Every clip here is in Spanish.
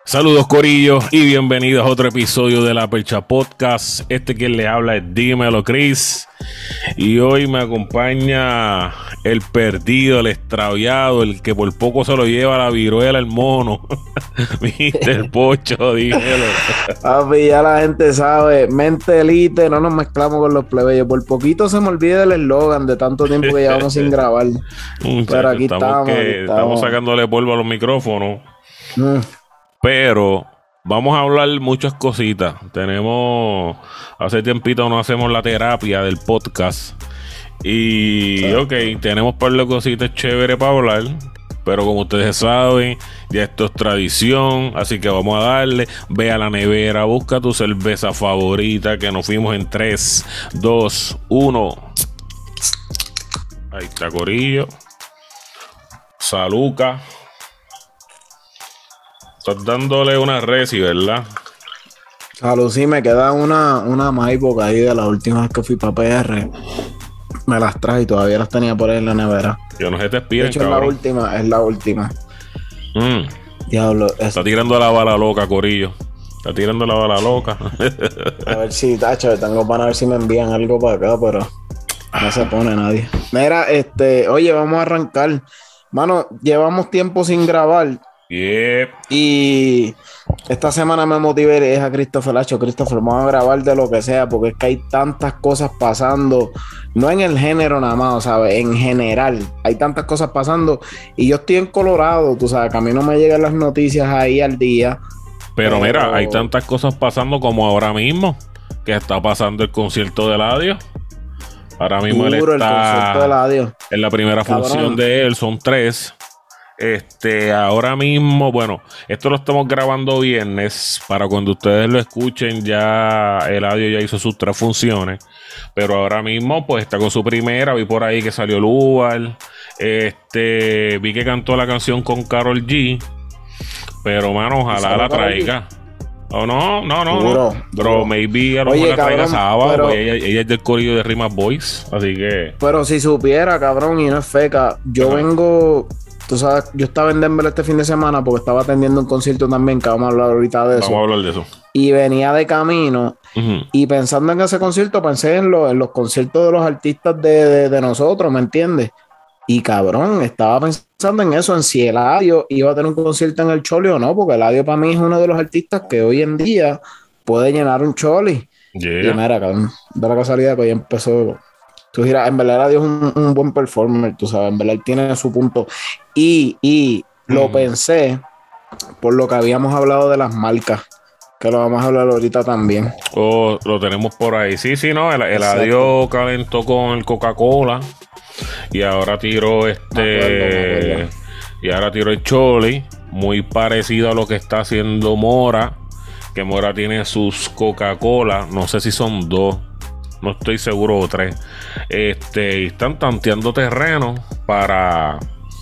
Saludos Corillo y bienvenidos a otro episodio de La Percha Podcast. Quien le habla es Dímelo Chris. Y hoy me acompaña el perdido, el extraviado, el que por poco se lo lleva la viruela, el mono. Mister Pocho, dímelo. Papi, ya la gente sabe, mente elite, no nos mezclamos con los plebeyos. Por poquito se me olvida el eslogan de tanto tiempo que llevamos sin grabar. Pero aquí estamos. Estamos sacándole polvo a los micrófonos. Pero vamos a hablar muchas cositas. Hace tiempito no hacemos la terapia del podcast. Y tenemos un par de cositas chéveres para hablar. Pero como ustedes saben, ya esto es tradición. Así que vamos a darle. Ve a la nevera, busca tu cerveza favorita. Que nos fuimos en 3, 2, 1. Ahí está, Corillo. Saluca. Estás dándole una resi, ¿verdad? Salud, sí, me queda una MyBook ahí de la última vez que fui para PR. Me las traje y todavía las tenía por ahí en la nevera. Yo no sé, te piden, de hecho, cabrón. Es la última. Diablo. Está tirando la bala loca, Corillo. Está tirando la bala loca. A ver si, tacho, tengo para ver si me envían algo para acá, pero no se pone nadie. Mira, oye, vamos a arrancar. Mano, llevamos tiempo sin grabar. Yep. Y esta semana me motivé y le dije a Christopher, vamos a grabar de lo que sea, porque es que hay tantas cosas pasando, no en el género nada más, ¿sabes? En general, hay tantas cosas pasando y yo estoy en Colorado, tú sabes, que a mí no me llegan las noticias ahí al día. Pero mira, hay tantas cosas pasando como ahora mismo, que está pasando el concierto de Eladio. Ahora mismo él está en la primera función de él, son 3. Ahora mismo, bueno, esto lo estamos grabando viernes. Para cuando ustedes lo escuchen, ya Eladio ya hizo sus 3 funciones. Pero ahora mismo, pues está con su primera. Vi por ahí que salió Lugar. Vi que cantó la canción con Karol G. Pero, mano, ojalá la traiga. Oh, no. Bro, maybe a lo mejor la traiga sábado. Pero, pues ella es del corillo de Rimas Boys. Así que. Pero si supiera, cabrón, y no es feca. Yo vengo. Tú sabes, yo estaba en Denver este fin de semana porque estaba atendiendo un concierto también, que vamos a hablar ahorita de eso. Vamos a hablar de eso. Y venía de camino y pensando en ese concierto, pensé en los conciertos de los artistas de nosotros, ¿me entiendes? Y cabrón, estaba pensando en eso, en si Eladio iba a tener un concierto en el Choli o no, porque Eladio para mí es uno de los artistas que hoy en día puede llenar un Choli. Yeah. Y mira, cabrón, de la casualidad que hoy empezó... Tú giras, en verdad Eladio es un buen performer, tú sabes, en verdad él tiene su punto. Y lo pensé por lo que habíamos hablado de las marcas, que lo vamos a hablar ahorita también. Oh, lo tenemos por ahí. Sí, no, Eladio calentó con el Coca-Cola y ahora tiró y ahora tiró el Choli, muy parecido a lo que está haciendo Mora, que Mora tiene sus Coca-Cola, no sé si son 2. No estoy seguro, o 3. Y están tanteando terreno para...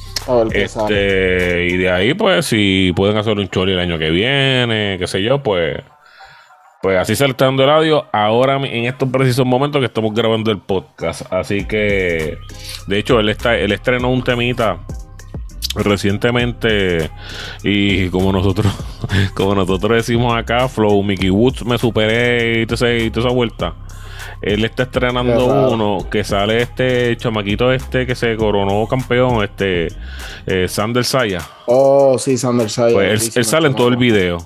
y de ahí, pues, si pueden hacer un Choli el año que viene, qué sé yo, pues así se le está dando el audio ahora en estos precisos momentos que estamos grabando el podcast. Así que, de hecho, él estrenó un temita recientemente y como nosotros decimos acá, Flow Mickey Woods, me superé y toda esa vuelta. Él está estrenando uno que sale chamaquito que se coronó campeón, Sander Saya. Oh, sí, Sander Saya. Pues él sale en todo el video.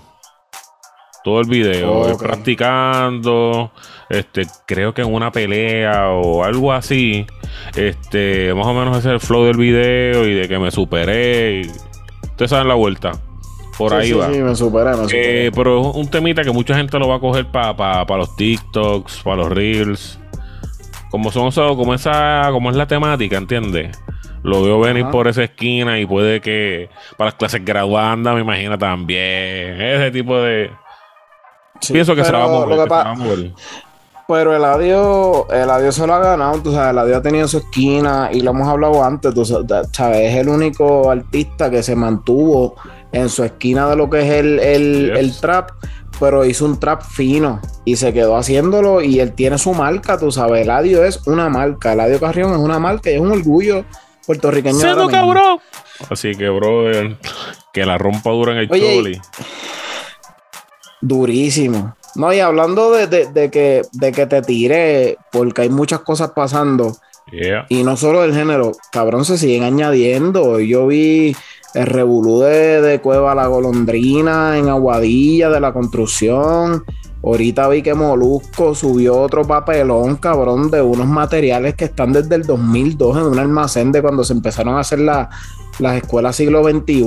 Él practicando, creo que en una pelea o algo así. Más o menos ese es el flow del video y de que me superé. Ustedes saben la vuelta. Por ahí va. Sí, me superé. Pero es un temita que mucha gente lo va a coger para los TikToks, para los Reels. Como es la temática, ¿entiendes? Lo veo venir por esa esquina y puede que para las clases graduandas, me imagino también. Ese tipo de... Sí, pienso que se la va a mover. Pero Eladio se lo ha ganado, tú sabes, Eladio ha tenido su esquina y lo hemos hablado antes, tú sabes, es el único artista que se mantuvo en su esquina de lo que es el trap, pero hizo un trap fino y se quedó haciéndolo y él tiene su marca, tú sabes, Eladio es una marca, Eladio Carrión es una marca y es un orgullo puertorriqueño. ¡Cedo, cabrón! Así que, brother, que la rompa dura en el Choli. Durísimo. No, y hablando de que te tiré, porque hay muchas cosas pasando. Yeah. Y no solo del género, cabrón, se siguen añadiendo. Yo vi el revolú de Cueva La Golondrina en Aguadilla de la construcción. Ahorita vi que Molusco subió otro papelón, cabrón, de unos materiales que están desde el 2002 en un almacén de cuando se empezaron a hacer las escuelas siglo XXI.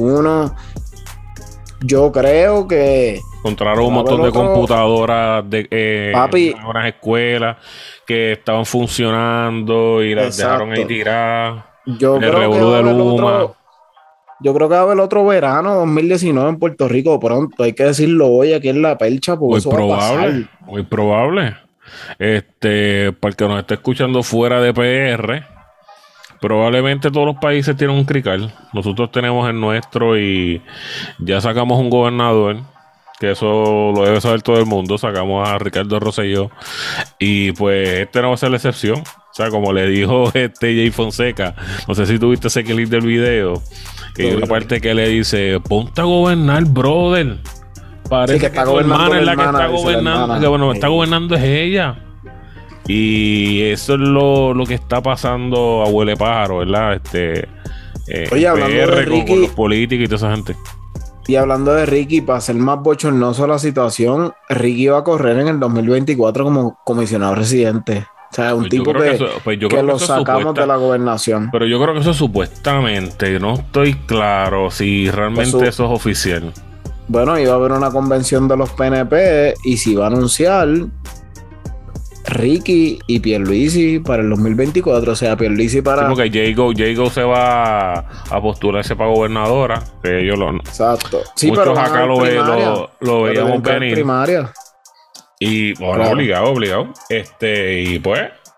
Yo creo que encontraron un montón de computadoras en unas escuelas que estaban funcionando y las dejaron ahí tiradas. Yo creo que va a haber otro verano 2019 en Puerto Rico pronto. Hay que decirlo hoy aquí en La Percha, porque eso va a pasar. Muy probable. Para el que nos esté escuchando fuera de PR, probablemente todos los países tienen un crical. Nosotros tenemos el nuestro y ya sacamos un gobernador, que eso lo debe saber todo el mundo. Sacamos a Ricardo Rosselló y pues este no va a ser la excepción. O sea, como le dijo Jay Fonseca, no sé si tuviste ese clip del video, que hay una parte que le dice, ponte a gobernar, brother. Parece que está gobernando es la que está gobernando, que bueno, está gobernando es ella. Y eso es lo que está pasando a huele pájaro, ¿verdad? Oye, hablando de Ricky, con los políticos y toda esa gente. Y hablando de Ricky, para ser más bochornoso la situación, Ricky va a correr en el 2024 como comisionado residente. O sea, un tipo que lo sacamos de la gobernación. Pero yo creo que eso supuestamente, no estoy claro si realmente eso es oficial. Bueno, iba a haber una convención de los PNP y se iba a anunciar Ricky y Pierluisi para el 2024. O sea, Pierluisi para... Sí, porque Jago se va a postularse para gobernadora. Que ellos Exacto. Sí, muchos pero acá lo veíamos venir. Primaria. Y bueno, claro. obligado. Y pues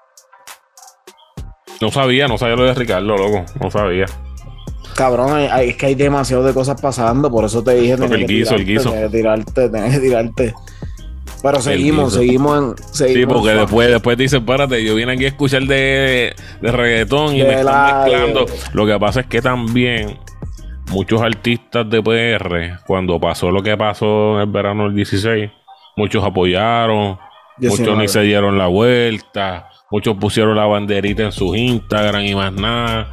no sabía lo de Ricardo, loco. No sabía. Cabrón, es que hay demasiado de cosas pasando. Por eso te dije, el guiso. Tenés que tirarte. Pero seguimos. Sí, porque después dicen, espérate, yo vine aquí a escuchar de reggaetón y me están mezclando. Lo que pasa es que también muchos artistas de PR, cuando pasó lo que pasó en el verano del 16, muchos apoyaron, muchos ni se dieron la vuelta, muchos pusieron la banderita en sus Instagram y más nada.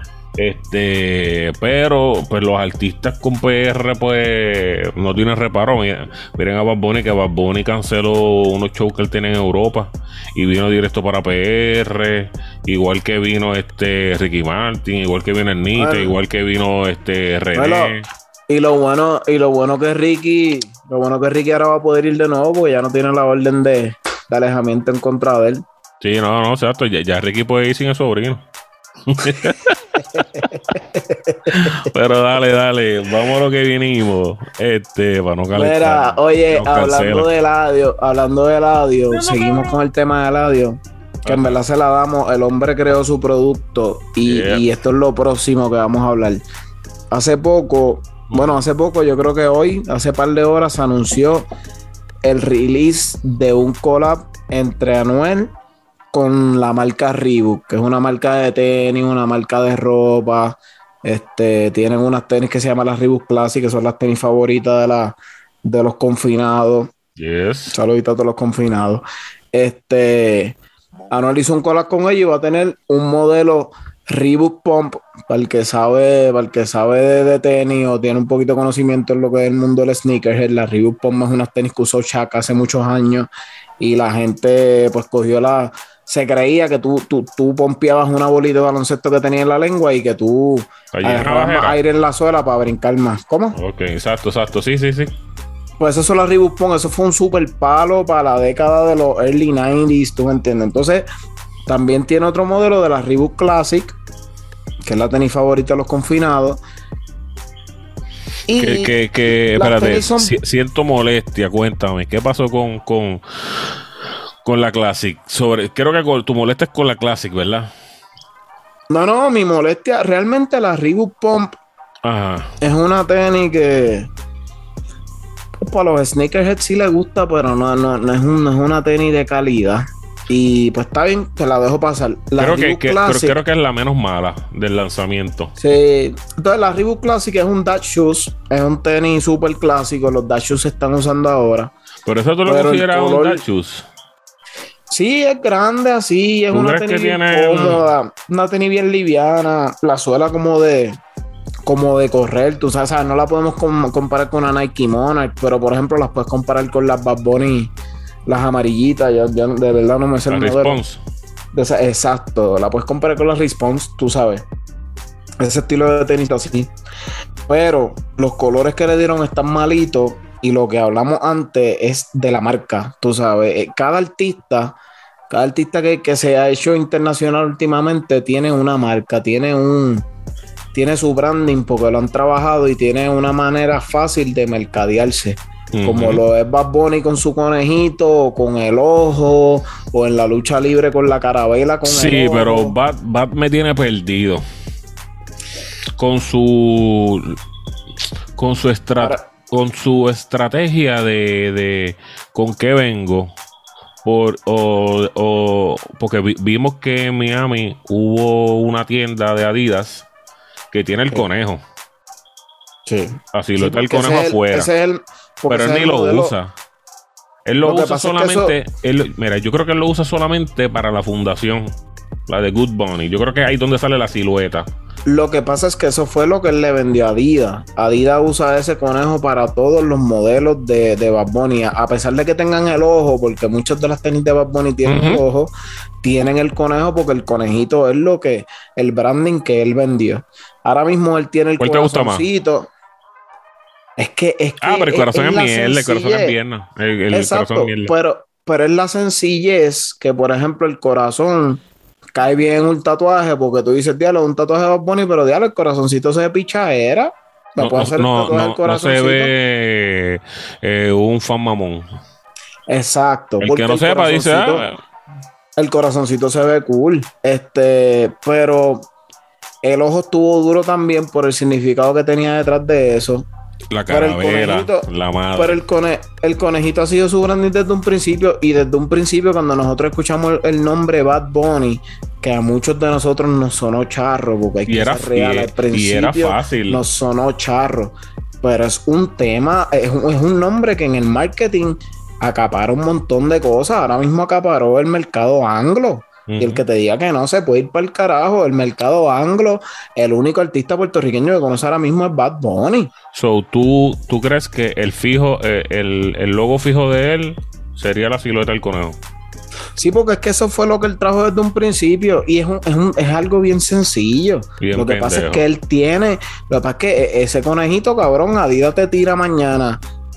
Pero pues los artistas con PR pues no tienen reparo. Miren a Bad Bunny, que Bad Bunny canceló unos shows que él tenía en Europa y vino directo para PR, igual que vino Ricky Martin, igual que vino el Nite, igual que vino René. Y lo bueno que Ricky ahora va a poder ir de nuevo porque ya no tiene la orden de alejamiento en contra de él. Sí, no, exacto, ya Ricky puede ir sin el sobrino. Pero dale, vamos a lo que vinimos. Para no calentar. Mira, oye, hablando de Eladio, seguimos con el tema de Eladio, que en verdad se la damos. El hombre creó su producto y esto es lo próximo que vamos a hablar. Hace poco, yo creo que hoy, hace par de horas, se anunció el release de un collab entre Anuel con la marca Reebok, que es una marca de tenis, una marca de ropa. Tienen unas tenis que se llaman las Reebok Classic, que son las tenis favoritas de los confinados. Yes. Saluditos a todos los confinados. Anuel hizo un collab con ellos y va a tener un modelo Reebok Pump, para el que sabe de tenis o tiene un poquito de conocimiento en lo que es el mundo del sneakerhead. La Reebok Pump es unas tenis que usó Shaq hace muchos años y la gente pues cogió se creía que tú pompeabas una bolita de baloncesto que tenía en la lengua y que tú agarrabas más aire en la suela para brincar más. ¿Cómo? Ok, exacto, sí. Pues eso es la Reebok Pump, eso fue un super palo para la década de los early 90s, ¿tú me entiendes? Entonces, también tiene otro modelo de la Reebok Classic, que es la tenis favorita de los confinados. Y espérate, siento molestia, cuéntame, ¿qué pasó con la Classic? Creo que tu molestia es con la Classic, ¿verdad? No, mi molestia, realmente la Reebok Pump es una tenis que para los sneakerheads sí le gusta, pero no es una tenis de calidad. Y pues está bien, te la dejo pasar. Creo que es la menos mala del lanzamiento. Sí, entonces la Reebok Classic es un dad shoes, es un tenis súper clásico, los dad shoes se están usando ahora. Pero eso tú lo consideras un dad shoes. Sí, es grande así, es una tenis bien cómoda, una tenis bien liviana, la suela como de correr, tú sabes, no la podemos comparar con una Nike Monarch, pero por ejemplo las puedes comparar con las Bad Bunny, las amarillitas, ya de verdad no me sé el modelo. Response. Exacto, la puedes comparar con la Response, tú sabes, ese estilo de tenis así, pero los colores que le dieron están malitos. Y lo que hablamos antes es de la marca, tú sabes. Cada artista que se ha hecho internacional últimamente tiene una marca, tiene su branding porque lo han trabajado y tiene una manera fácil de mercadearse. Como lo es Bad Bunny con su conejito, o con el ojo, o en la lucha libre con la carabela con el ojo. Sí, pero Bad me tiene perdido. Con su estrategia de con qué vengo. Porque vimos que en Miami hubo una tienda de Adidas que tiene el conejo. Sí. Así lo está el conejo afuera. Pero él ni lo usa. Él lo usa solamente. Mira, yo creo que él lo usa solamente para la fundación. La de Good Bunny. Yo creo que es ahí donde sale la silueta. Lo que pasa es que eso fue lo que él le vendió a Adidas. Adidas usa ese conejo para todos los modelos de Bad Bunny. A pesar de que tengan el ojo, porque muchas de las tenis de Bad Bunny tienen el ojo, tienen el conejo porque el conejito es el branding que él vendió. Ahora mismo él tiene el corazoncito. Es que pero el corazón es miel, el corazón es pierna. El corazón es miel. Pero es la sencillez que, por ejemplo, el corazón cae bien en un tatuaje, porque tú dices, diablo, un tatuaje de Bad Bunny, pero diablo, el corazoncito se ve pichadera. ¿Me puede hacer el tatuaje del corazoncito? No se ve un fan mamón. Exacto. El que no sepa dice, el corazoncito se ve cool. Pero el ojo estuvo duro también por el significado que tenía detrás de eso. La calavera, la madre. Pero el conejito ha sido su branding desde un principio. Y desde un principio, cuando nosotros escuchamos el nombre Bad Bunny, que a muchos de nosotros nos sonó charro, porque hay que ser real. Al principio y era fácil. Nos sonó charro. Pero es un tema, es un nombre que en el marketing acapara un montón de cosas. Ahora mismo acaparó el mercado anglo. Y el que te diga que no se puede ir para el carajo, el mercado anglo, el único artista puertorriqueño que conoce ahora mismo es Bad Bunny. So, ¿tú crees que el logo fijo de él sería la silueta del conejo? Sí, porque es que eso fue lo que él trajo desde un principio y es algo bien sencillo. Lo que pasa es que él tiene, lo que pasa es que ese conejito, cabrón, Adidas te tira mañana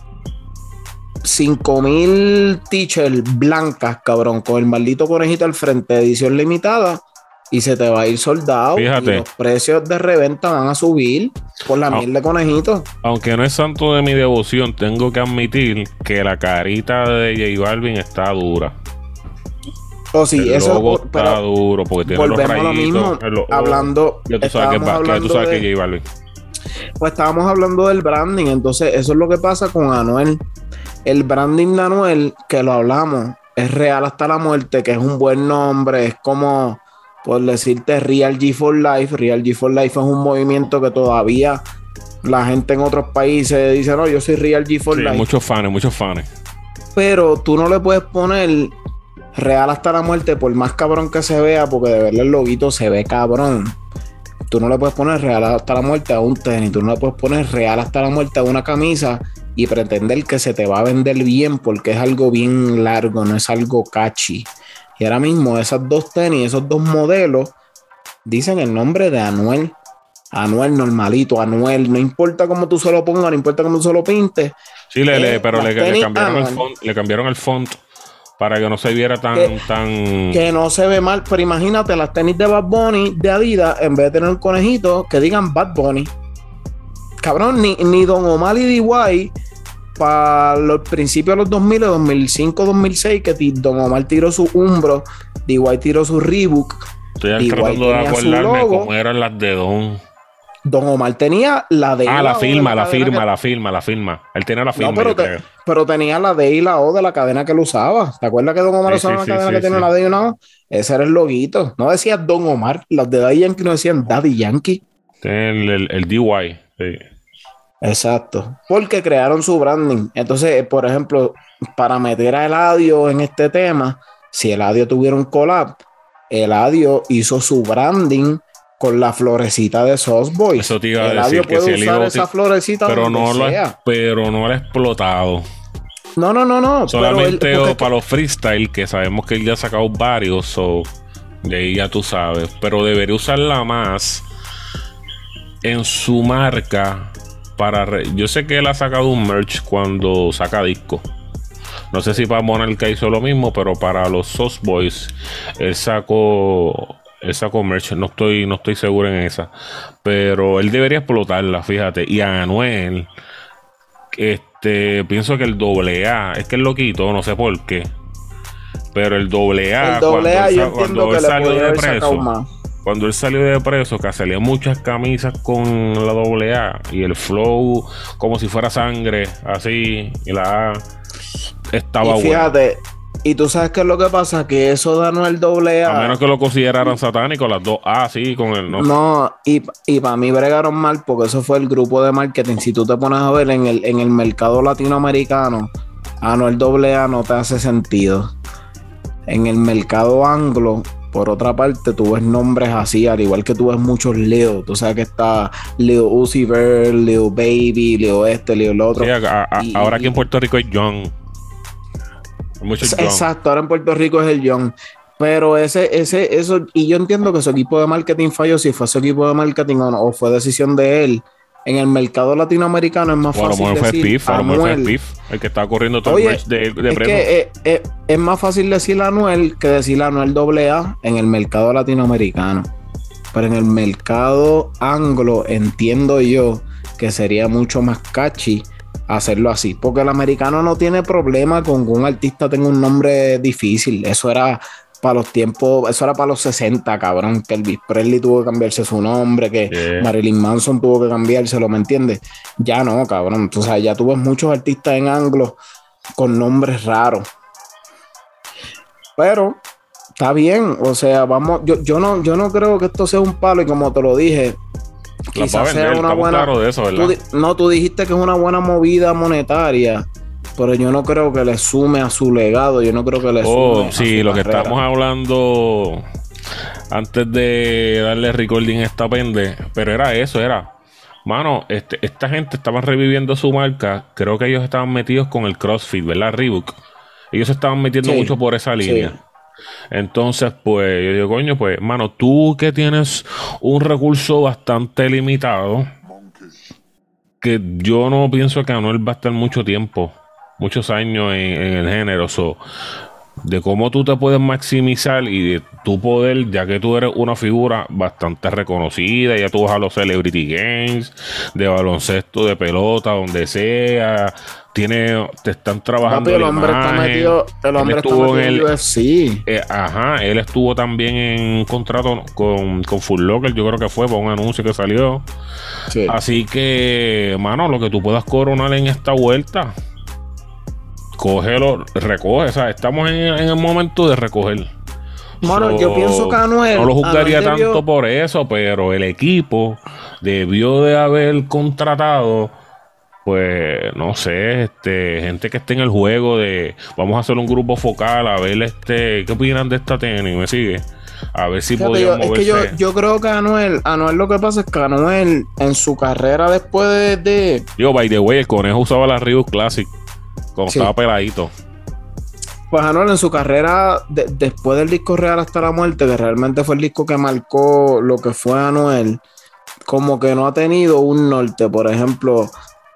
5,000 t-shirts blancas, cabrón, con el maldito conejito al frente, edición limitada, y se te va a ir soldado. Fíjate. Y los precios de reventa van a subir por la miel de conejito. Aunque no es santo de mi devoción, tengo que admitir que la carita de J Balvin está dura. Sí, el logo está duro porque tiene los rayitos. Lo mismo, hablando. Ya tú sabes que J Balvin. Pues estábamos hablando del branding, entonces eso es lo que pasa con Anuel. El branding de Anuel, que lo hablamos, es real hasta la muerte, que es un buen nombre, es como, por decirte, Real G for Life. Real G for Life es un movimiento que todavía la gente en otros países dice, no, yo soy Real G for Life. Muchos fans. Pero tú no le puedes poner Real hasta la muerte, por más cabrón que se vea, porque de verle el loguito se ve cabrón. Tú no le puedes poner Real hasta la muerte a un tenis, tú no le puedes poner Real hasta la muerte a una camisa y pretender que se te va a vender bien porque es algo bien largo, no es algo catchy. Y ahora mismo esas dos tenis, esos dos modelos, dicen el nombre de Anuel. Anuel normalito, Anuel, no importa cómo tú se lo pongas, no importa cómo tú se lo pintes. Sí, pero le cambiaron el font para que no se viera tan... Que no se ve mal, pero imagínate las tenis de Bad Bunny, de Adidas, en vez de tener un conejito, que digan Bad Bunny. Cabrón, ni Don Omar y D.Y. para los principios de los 2000, 2005, 2006, que Don Omar tiró su Umbro, D.Y. tiró su Reebok. Estoy tratando de acordarme cómo eran las de Don Omar tenía la D. La firma. Él tenía la firma. No, pero tenía la D y la O de la cadena que él usaba. ¿Te acuerdas que Don Omar usaba una cadena que tenía la D y una O? Ese era el loguito. No decía Don Omar. Los de Daddy Yankee no decían Daddy Yankee. El DY. Sí. Exacto. Porque crearon su branding. Entonces, por ejemplo, para meter a Eladio en este tema, si Eladio tuviera un collab, Eladio hizo su branding con la florecita de Sauce Boys. Eso te iba a Eladio decir, que puede si usar esa florecita pero donde sea. pero no lo ha explotado. No. Solamente pero él, para los freestyle, que sabemos que él ya ha sacado varios, o de ahí ya tú sabes. Pero debería usarla más en su marca yo sé que él ha sacado un merch cuando saca disco. No sé si para Monarca hizo lo mismo, pero para los Sauce Boys él sacó merch. No estoy seguro en esa, pero él debería explotarla, fíjate. Y a Anuel, pienso que el AA es que es loquito, no sé por qué, pero el AA, cuando él salió de preso, cuando él salió de preso, que salían muchas camisas con la AA y el flow como si fuera sangre, así, y la A estaba y fíjate, bueno. Y tú sabes qué es lo que pasa, que eso de Anuel AA, a menos que lo consideraran satánico, las dos A, sí, con el no, y para mí bregaron mal, porque eso fue el grupo de marketing. Si tú te pones a ver en el mercado latinoamericano, Anuel AA no te hace sentido. En el mercado anglo, por otra parte, tú ves nombres así, al igual que tú ves muchos Leo. Tú sabes que está Leo Uzi Vert, Leo Baby, Leo Leo lo otro. Sí, ahora aquí en Puerto Rico es John. Exacto, ahora en Puerto Rico es el John. Pero eso, y yo entiendo que su equipo de marketing falló, si fue su equipo de marketing o fue decisión de él. En el mercado latinoamericano es más fácil decir Anuel, el que está corriendo todo el merch de premio. Es más fácil decir Anuel que decir Anuel AA en el mercado latinoamericano. Pero en el mercado anglo entiendo yo que sería mucho más catchy hacerlo así. Porque el americano no tiene problema con que un artista tenga un nombre difícil. Eso era para los tiempos, eso era para los 60, cabrón, que Elvis Presley tuvo que cambiarse su nombre, que Marilyn Manson tuvo que cambiárselo, ¿me entiendes? Ya no, cabrón, o sea, ya tú ves muchos artistas en anglo con nombres raros. Pero está bien, o sea, vamos, yo no creo que esto sea un palo, y como te lo dije, quizás sea una buena, claro de eso, ¿verdad? Tú dijiste que es una buena movida monetaria, pero yo no creo que le sume a su legado. Yo no creo que le sume. Sí, lo carrera. Que estamos hablando antes de darle recording a esta pende, pero era, mano, esta gente estaba reviviendo su marca. Creo que ellos estaban metidos con el CrossFit, ¿verdad? Reebok. Ellos se estaban metiendo mucho por esa línea. Sí. Entonces, pues, yo digo, coño, pues, mano, tú que tienes un recurso bastante limitado, que yo no pienso que Anuel va a estar muchos años en el género, de cómo tú te puedes maximizar y de tu poder, ya que tú eres una figura bastante reconocida, ya tú vas a los Celebrity Games, de baloncesto, de pelota, donde sea, te están trabajando. Papi, el hombre está metido en UFC. Él estuvo también en contrato con Foot Locker, yo creo que fue por un anuncio que salió. Sí. Así que, mano, lo que tú puedas coronar en esta vuelta, cógelo, recoge, o sea, estamos en el momento de recoger. Bueno, yo pienso que Anuel no lo juzgaría tanto por eso, pero el equipo debió de haber contratado, pues, no sé, gente que esté en el juego de vamos a hacer un grupo focal, a ver ¿qué opinan de esta tenis? ¿Me sigue? A ver si podían moverse. Es que yo creo que Anuel lo que pasa es que Anuel en su carrera después de... Digo, by the way, el conejo usaba la Reebok Classic cuando estaba peladito. Pues Anuel en su carrera, después del disco Real hasta la muerte, que realmente fue el disco que marcó lo que fue Anuel, como que no ha tenido un norte. Por ejemplo,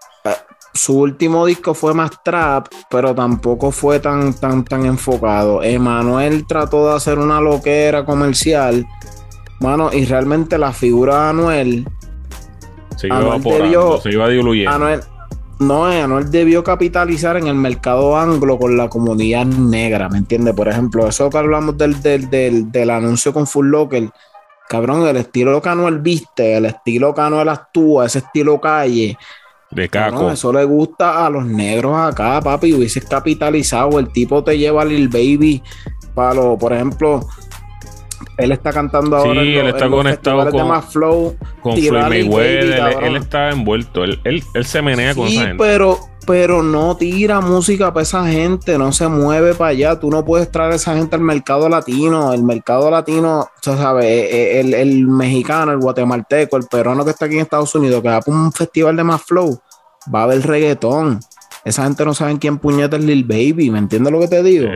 su último disco fue más trap, pero tampoco fue tan enfocado. Emanuel trató de hacer una loquera comercial, mano, y realmente la figura de Anuel se iba evaporando, se iba diluyendo. Anuel debió capitalizar en el mercado anglo con la comunidad negra, ¿me entiendes? Por ejemplo, eso que hablamos del anuncio con Foot Locker, cabrón, el estilo que Anuel viste, el estilo que Anuel actúa, ese estilo calle, de caco. Cabrón, eso le gusta a los negros acá, papi. Hubieses capitalizado. El tipo te lleva a Lil Baby por ejemplo, Él está cantando ahora. Sí, él está conectado con más Flow, con Floyd Mayweather. Él está envuelto. Él se menea con esa gente. Pero no tira música para esa gente, no se mueve para allá. Tú no puedes traer a esa gente al mercado latino. El mercado latino, o sea, ¿sabes? El mexicano, el guatemalteco, el peruano que está aquí en Estados Unidos, que va para un festival de más Flow, va a haber reggaetón. Esa gente no sabe quién puñeta es Lil Baby, ¿me entiendes lo que te digo?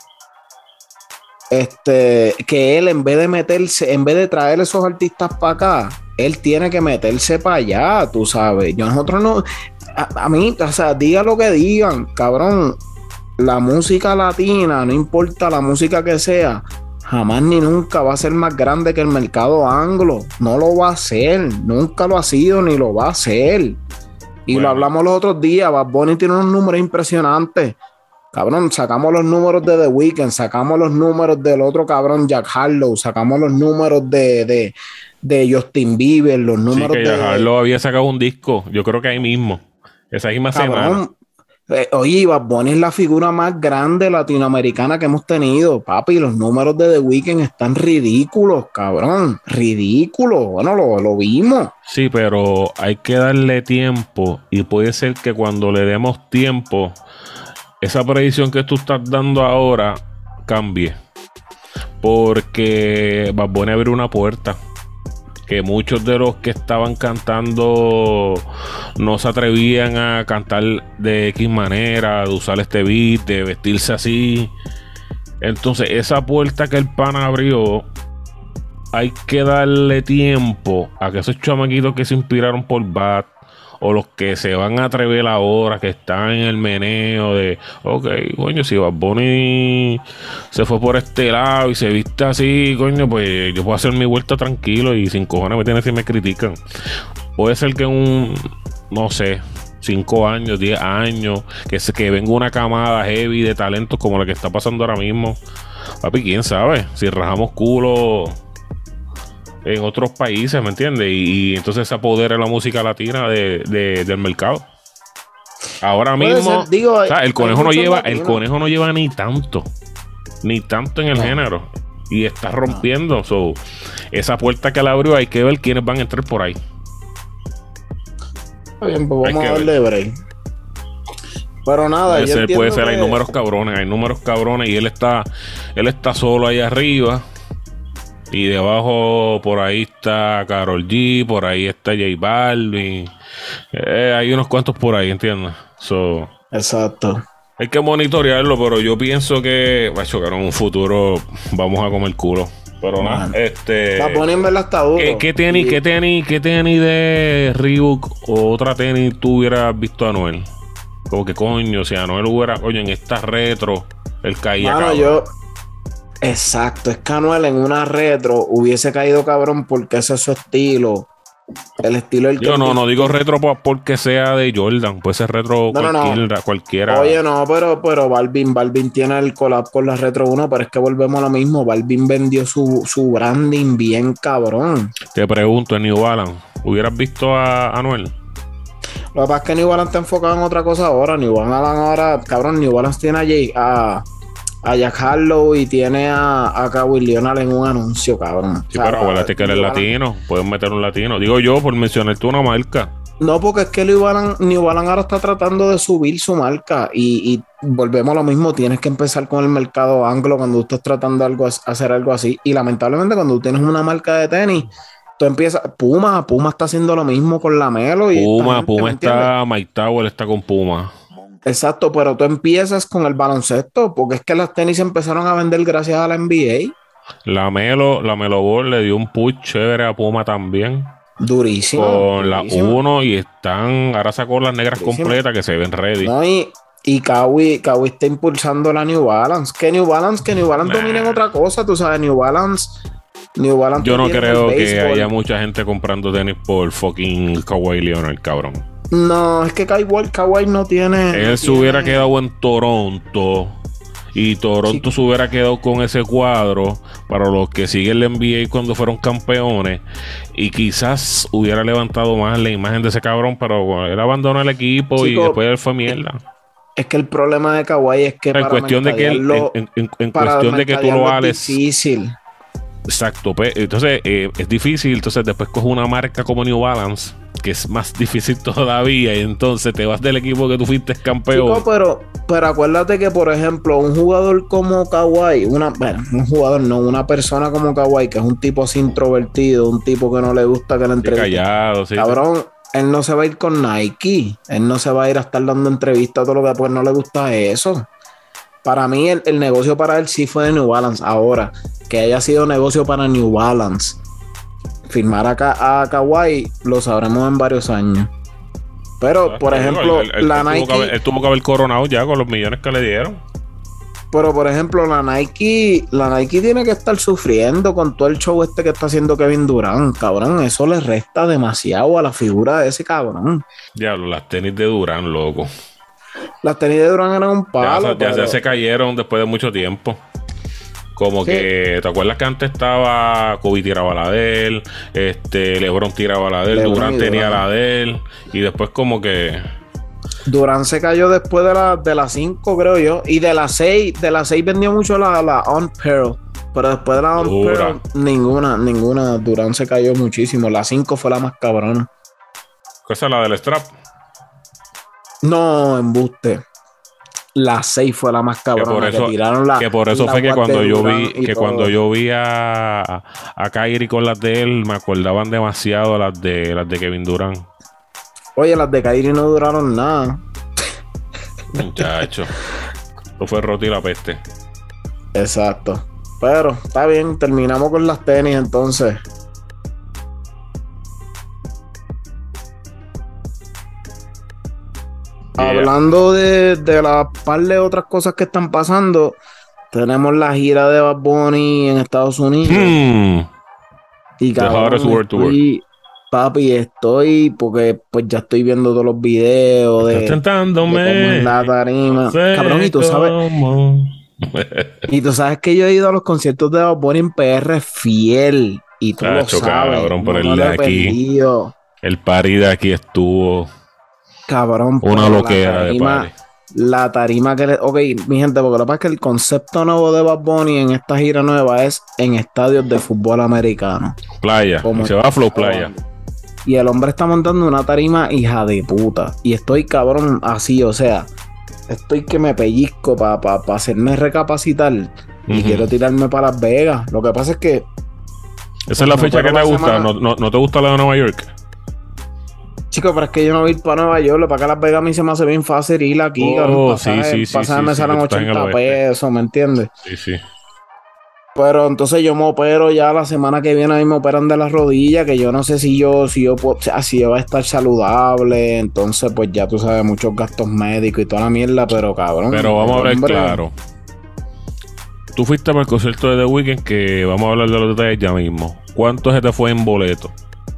Que él en vez de traer esos artistas para acá, él tiene que meterse para allá, tú sabes. Nosotros no, a mí, o sea, diga lo que digan, cabrón, la música latina, no importa la música que sea, jamás ni nunca va a ser más grande que el mercado anglo. No lo va a hacer, nunca lo ha sido ni lo va a hacer. Y lo hablamos los otros días, Bad Bunny tiene unos números impresionantes. Cabrón, sacamos los números de The Weeknd, sacamos los números del otro cabrón Jack Harlow, sacamos los números de Justin Bieber, los números que Jack Harlow había sacado un disco, yo creo que ahí mismo, esa misma semana. Oye, Bad Bunny es la figura más grande latinoamericana que hemos tenido, papi. Los números de The Weeknd están ridículos, cabrón. Ridículos. Bueno, lo vimos. Sí, pero hay que darle tiempo y puede ser que cuando le demos tiempo, esa predicción que tú estás dando ahora cambie. Porque Bad Bunny abrió una puerta que muchos de los que estaban cantando no se atrevían a cantar de X manera, de usar este beat, de vestirse así. Entonces esa puerta que el pana abrió, hay que darle tiempo a que esos chamaquitos que se inspiraron por Bad, o los que se van a atrever ahora, que están en el meneo de, ok, coño, si Bad Bunny se fue por este lado y se viste así, coño, pues yo puedo hacer mi vuelta tranquilo y sin cojones me tienen si me critican. Puede ser que no sé, 5 años, 10 años, que venga una camada heavy de talentos como la que está pasando ahora mismo. Papi, quién sabe, si rajamos culo en otros países, ¿me entiendes? Y entonces se apodera la música latina del mercado. Ahora mismo, o sea, el conejo no lleva ni tanto en el género y está rompiendo. So, esa puerta que le abrió, hay que ver quiénes van a entrar por ahí. Bien, pues vamos a darle break. Pero nada, puede ser, hay números cabrones y él está solo ahí arriba. Y debajo por ahí está Karol G, por ahí está J Balvin. Hay unos cuantos por ahí, ¿entiendes? Exacto. Hay que monitorearlo, pero yo pienso que en un futuro vamos a comer culo. Pero nada, va a ponerme hasta duro. ¿Qué tenis de Reebok o otra tenis tú hubieras visto a Anuel? Como que coño, si Anuel hubiera, coño, en esta retro, él caía, cabrón. Exacto, es que Anuel en una retro hubiese caído cabrón porque ese es su estilo. El estilo del Yo no digo retro porque sea de Jordan, puede ser retro cualquiera. Oye, no, pero Balvin tiene el collab con la Retro 1, pero es que volvemos a lo mismo. Balvin vendió su branding bien cabrón. Te pregunto, en New Balance, ¿hubieras visto a Anuel? Lo que pasa es que New Balance está enfocado en otra cosa ahora. New Balance tiene a Jack Harlow y tiene a Kawhi Leonard en un anuncio, cabrón. Sí, pero acuérdate que él es latino. Pueden meter un latino. Digo yo, por mencionarte una marca. No, porque es que New Balance ahora está tratando de subir su marca y volvemos a lo mismo. Tienes que empezar con el mercado anglo cuando tú estás tratando hacer algo así. Y lamentablemente cuando tú tienes una marca de tenis, tú empiezas... Puma está haciendo lo mismo con la Melo. Puma está... Mike Tower está con Puma. Exacto, pero tú empiezas con el baloncesto, porque es que las tenis empezaron a vender gracias a la NBA. La Melo Ball le dio un push chévere a Puma también. Durísimo. Con la 1 y ahora sacó las negras completas que se ven ready. No, y Kawhi está impulsando la New Balance. Que New Balance domina en otra cosa, tú sabes, New Balance. Yo no creo que haya mucha gente comprando tenis por fucking Kawhi Leonard, cabrón. No, es que Kawhi no tiene... Él se hubiera quedado en Toronto y Toronto se hubiera quedado con ese cuadro para los que siguen la NBA cuando fueron campeones y quizás hubiera levantado más la imagen de ese cabrón, pero él abandonó el equipo y después él fue mierda. Es que el problema de Kawhi es que en cuestión de que tú lo vales difícil. Exacto. Entonces es difícil. Entonces después coges una marca como New Balance, que es más difícil todavía, y entonces te vas del equipo que tú fuiste campeón. Chico, pero acuérdate que, por ejemplo, un jugador como Kawhi, una persona como Kawhi, que es un tipo así introvertido, un tipo que no le gusta que le entrevisten. Callado, sí. Cabrón, él no se va a ir con Nike. Él no se va a ir a estar dando entrevistas a todo lo que pues no le gusta eso. Para mí, el negocio para él sí fue de New Balance. Ahora, que haya sido negocio para New Balance, firmar a Kawhi, lo sabremos en varios años. Pero, por ejemplo, la Nike... Él tuvo que haber coronado ya con los millones que le dieron. Pero, por ejemplo, la Nike tiene que estar sufriendo con todo el show este que está haciendo Kevin Durant, cabrón. Eso le resta demasiado a la figura de ese cabrón. Diablo, las tenis de Durant, loco. Las tenis de Durant eran un palo. Ya se cayeron después de mucho tiempo. Como sí. Que, ¿te acuerdas que antes estaba Kobe tiraba la de él? LeBron tiraba la de él, Durant tenía la de él. Y después como que... Durant se cayó después de las 5, creo yo. Y de las 6 vendió mucho la On Pearl. Pero después de la On Pearl, ninguna. Durant se cayó muchísimo. La 5 fue la más cabrona. ¿Esa es la del strap? No, embuste. La 6 fue la más cabrona. Que por eso fue que cuando yo vi a Kyrie con las de él, me acordaban demasiado las de Kevin Durant. Oye, las de Kyrie no duraron nada. Muchacho. Eso fue roto y la peste. Exacto. Pero está bien, terminamos con las tenis entonces. Yeah. Hablando de la par de otras cosas que están pasando, tenemos la gira de Bad Bunny en Estados Unidos. Y cabrón, papi, estoy porque pues ya estoy viendo todos los videos de cómo es la tarima. Cabrón, y tú sabes que yo he ido a los conciertos de Bad Bunny en PR fiel. Y tú lo sabes. Cabrón, por el de aquí. El party de aquí estuvo... Cabrón, una loquera de party. La tarima que ok, mi gente, porque lo que pasa es que el concepto nuevo de Bad Bunny en esta gira nueva es en estadios de fútbol americano. Playa, y se va a Flow Playa. Y el hombre está montando una tarima hija de puta. Y estoy cabrón así, o sea, estoy que me pellizco para hacerme recapacitar. Y quiero tirarme para Las Vegas. Lo que pasa es que... Esa es la fecha que te gusta, ¿no te gusta la de Nueva York? Chico, pero es que yo no voy para Nueva York, para acá Las Vegas a mí se me hace bien fácil ir aquí. Pasaje me salen 80 pesos, ¿me entiendes? Sí. Pero entonces yo me opero ya la semana que viene, a mí me operan de la rodilla, que yo no sé si yo voy a estar saludable. Entonces, pues ya tú sabes, muchos gastos médicos y toda la mierda, pero cabrón. Pero vamos a hablar claro. Tú fuiste para el concierto de The Weeknd, que vamos a hablar de los detalles ya mismo. ¿Cuánto se te fue en boleto?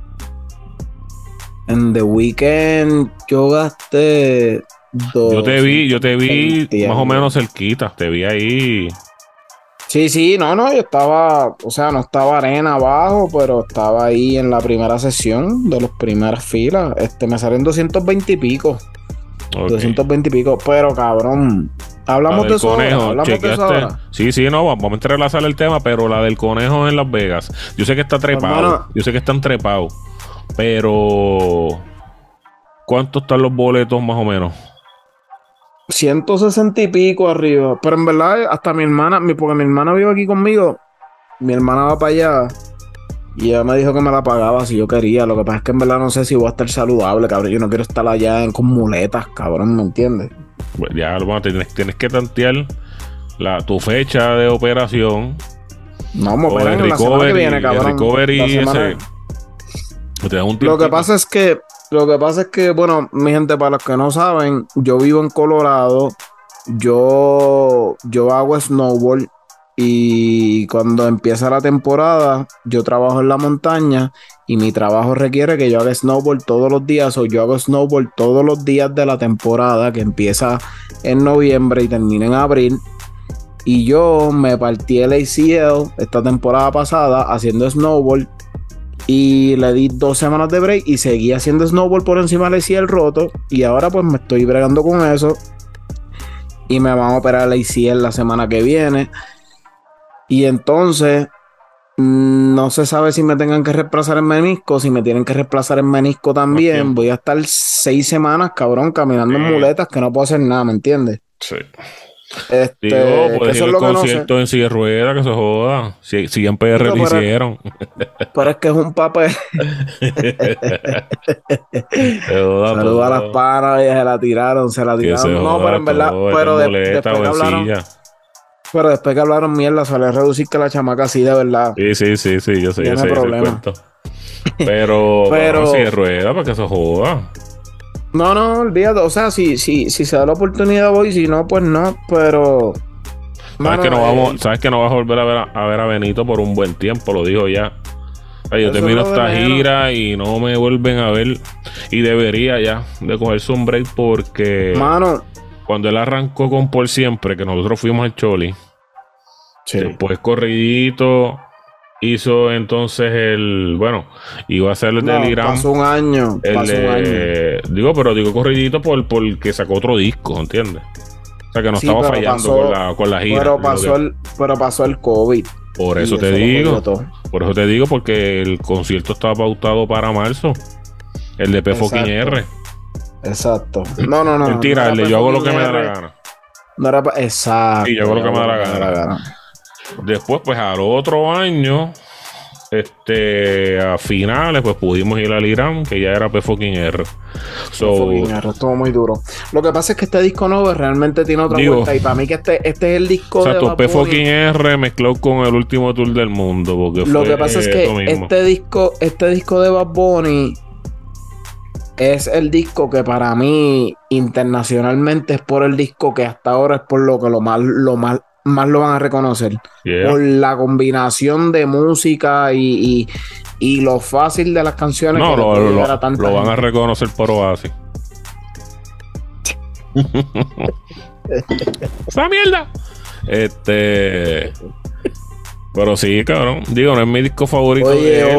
En The Weeknd yo gasté Yo te vi más o menos cerquita. Te vi ahí. Sí, no, yo estaba, o sea, no estaba arena abajo, pero estaba ahí en la primera sesión de las primeras filas. Me salen 220 y pico. Okay. 220 y pico, pero cabrón, hablamos de eso ahora. Sí, no, vamos a entrelazar el tema, pero la del conejo en Las Vegas. Yo sé que está trepado, hermano, yo sé que están trepados, pero ¿cuántos están los boletos más o menos? 160 y pico arriba. Pero en verdad, hasta mi hermana, porque mi hermana vive aquí conmigo, mi hermana va para allá y ella me dijo que me la pagaba si yo quería. Lo que pasa es que en verdad no sé si voy a estar saludable, cabrón. Yo no quiero estar allá con muletas, cabrón, ¿me entiendes? Pues ya, bueno, tienes que tantear tu fecha de operación. No, me operan la semana que viene, cabrón. El recovery ese. Lo que pasa es que, bueno, mi gente, para los que no saben, yo vivo en Colorado. Yo hago snowboard. Y cuando empieza la temporada, yo trabajo en la montaña y mi trabajo requiere que yo haga snowboard todos los días, o yo hago snowboard todos los días de la temporada, que empieza en noviembre y termina en abril. Y yo me partí el ACL esta temporada pasada haciendo snowboard y le di 2 semanas de break y seguí haciendo snowboard por encima del ACL roto, y ahora pues me estoy bregando con eso y me van a operar el ACL la semana que viene. Y entonces No se sabe si me tengan que reemplazar en menisco. Si me tienen que reemplazar en menisco también, voy a estar 6 semanas, cabrón, caminando en muletas que no puedo hacer nada, ¿me entiendes? Sí. Digo, puedes ir al concierto en silla de ruedas, que se joda. Si en PR lo hicieron. Pero es que es un papel. Saludos a las panas y se la tiraron. No, pero en verdad, pero después que hablaron mierda, suele reducir que la chamaca así de verdad. Sí, yo sé problema. Pero silla de ruedas, para que se joda. No, olvídate. O sea, si se da la oportunidad voy, si no, pues no. Pero sabes que no vas a volver a ver a Benito por un buen tiempo, lo dijo ya. Yo termino esta gira y no me vuelven a ver. Y debería ya de cogerse un break porque cuando él arrancó con Por Siempre, que nosotros fuimos al Choli, después corridito hizo entonces iba a ser el del Irán. Pasó un año. Digo corridito porque sacó otro disco, ¿entiendes? O sea que no estaba fallando con la gira. Pero pasó el COVID. Por eso te digo, porque el concierto estaba pautado para marzo. El de P-Fucking-R. Exacto. No. Mentira, yo hago lo que me da la gana. Exacto. Sí, yo hago lo que me da la gana. Después, pues al otro año, a finales, pues pudimos ir al Irán, que ya era P-Fucking-R. Estuvo muy duro. Lo que pasa es que este disco nuevo realmente tiene otra vuelta. Y para mí que este es el disco de Bad Bunny. P-Fucking-R mezcló con el último tour del mundo. Lo que pasa es que este disco de Bad Bunny es el disco que para mí internacionalmente es por el disco que hasta ahora es por lo que más lo van a reconocer. Por la combinación de música y lo fácil de las canciones. No, lo van a reconocer por Oasis. ¡Esa mierda! Pero sí, cabrón. Digo, no es mi disco favorito. Oye,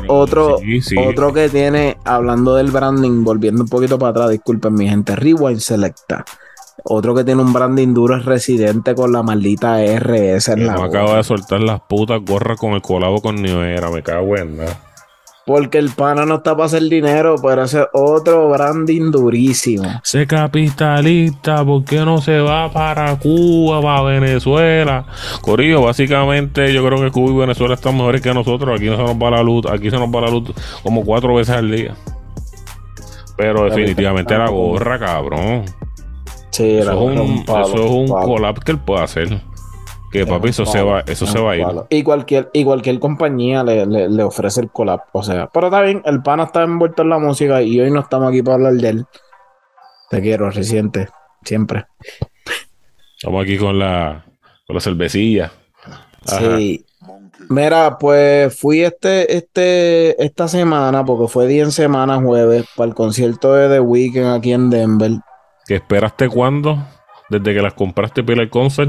otro que tiene, hablando del branding, volviendo un poquito para atrás, disculpen mi gente, Rewind Selecta. Otro que tiene un branding duro es Residente con la maldita RS en la gorra. Acaba de soltar las putas gorras con el colabo con New Era. Me cago en nada. Porque el pana no está para hacer dinero, pero ese es otro branding durísimo. Ese capitalista, ¿por qué no se va para Cuba, para Venezuela? Corillo, básicamente yo creo que Cuba y Venezuela están mejores que nosotros. Aquí no se nos va la luz. Aquí se nos va la luz como 4 veces al día. Pero definitivamente la gorra, cabrón. Sí, eso es un collab que él puede hacer. Que papi, eso se va a ir. Y cualquier compañía le ofrece el collab. O sea, pero está bien, el pana está envuelto en la música y hoy no estamos aquí para hablar de él. Te quiero, Residente. Siempre. Estamos aquí con la cervecilla. Ajá. Sí. Mira, pues fui esta semana, porque fue día en semana, jueves, para el concierto de The Weeknd aquí en Denver. ¿Qué esperaste cuándo? ¿Desde que las compraste para el concert?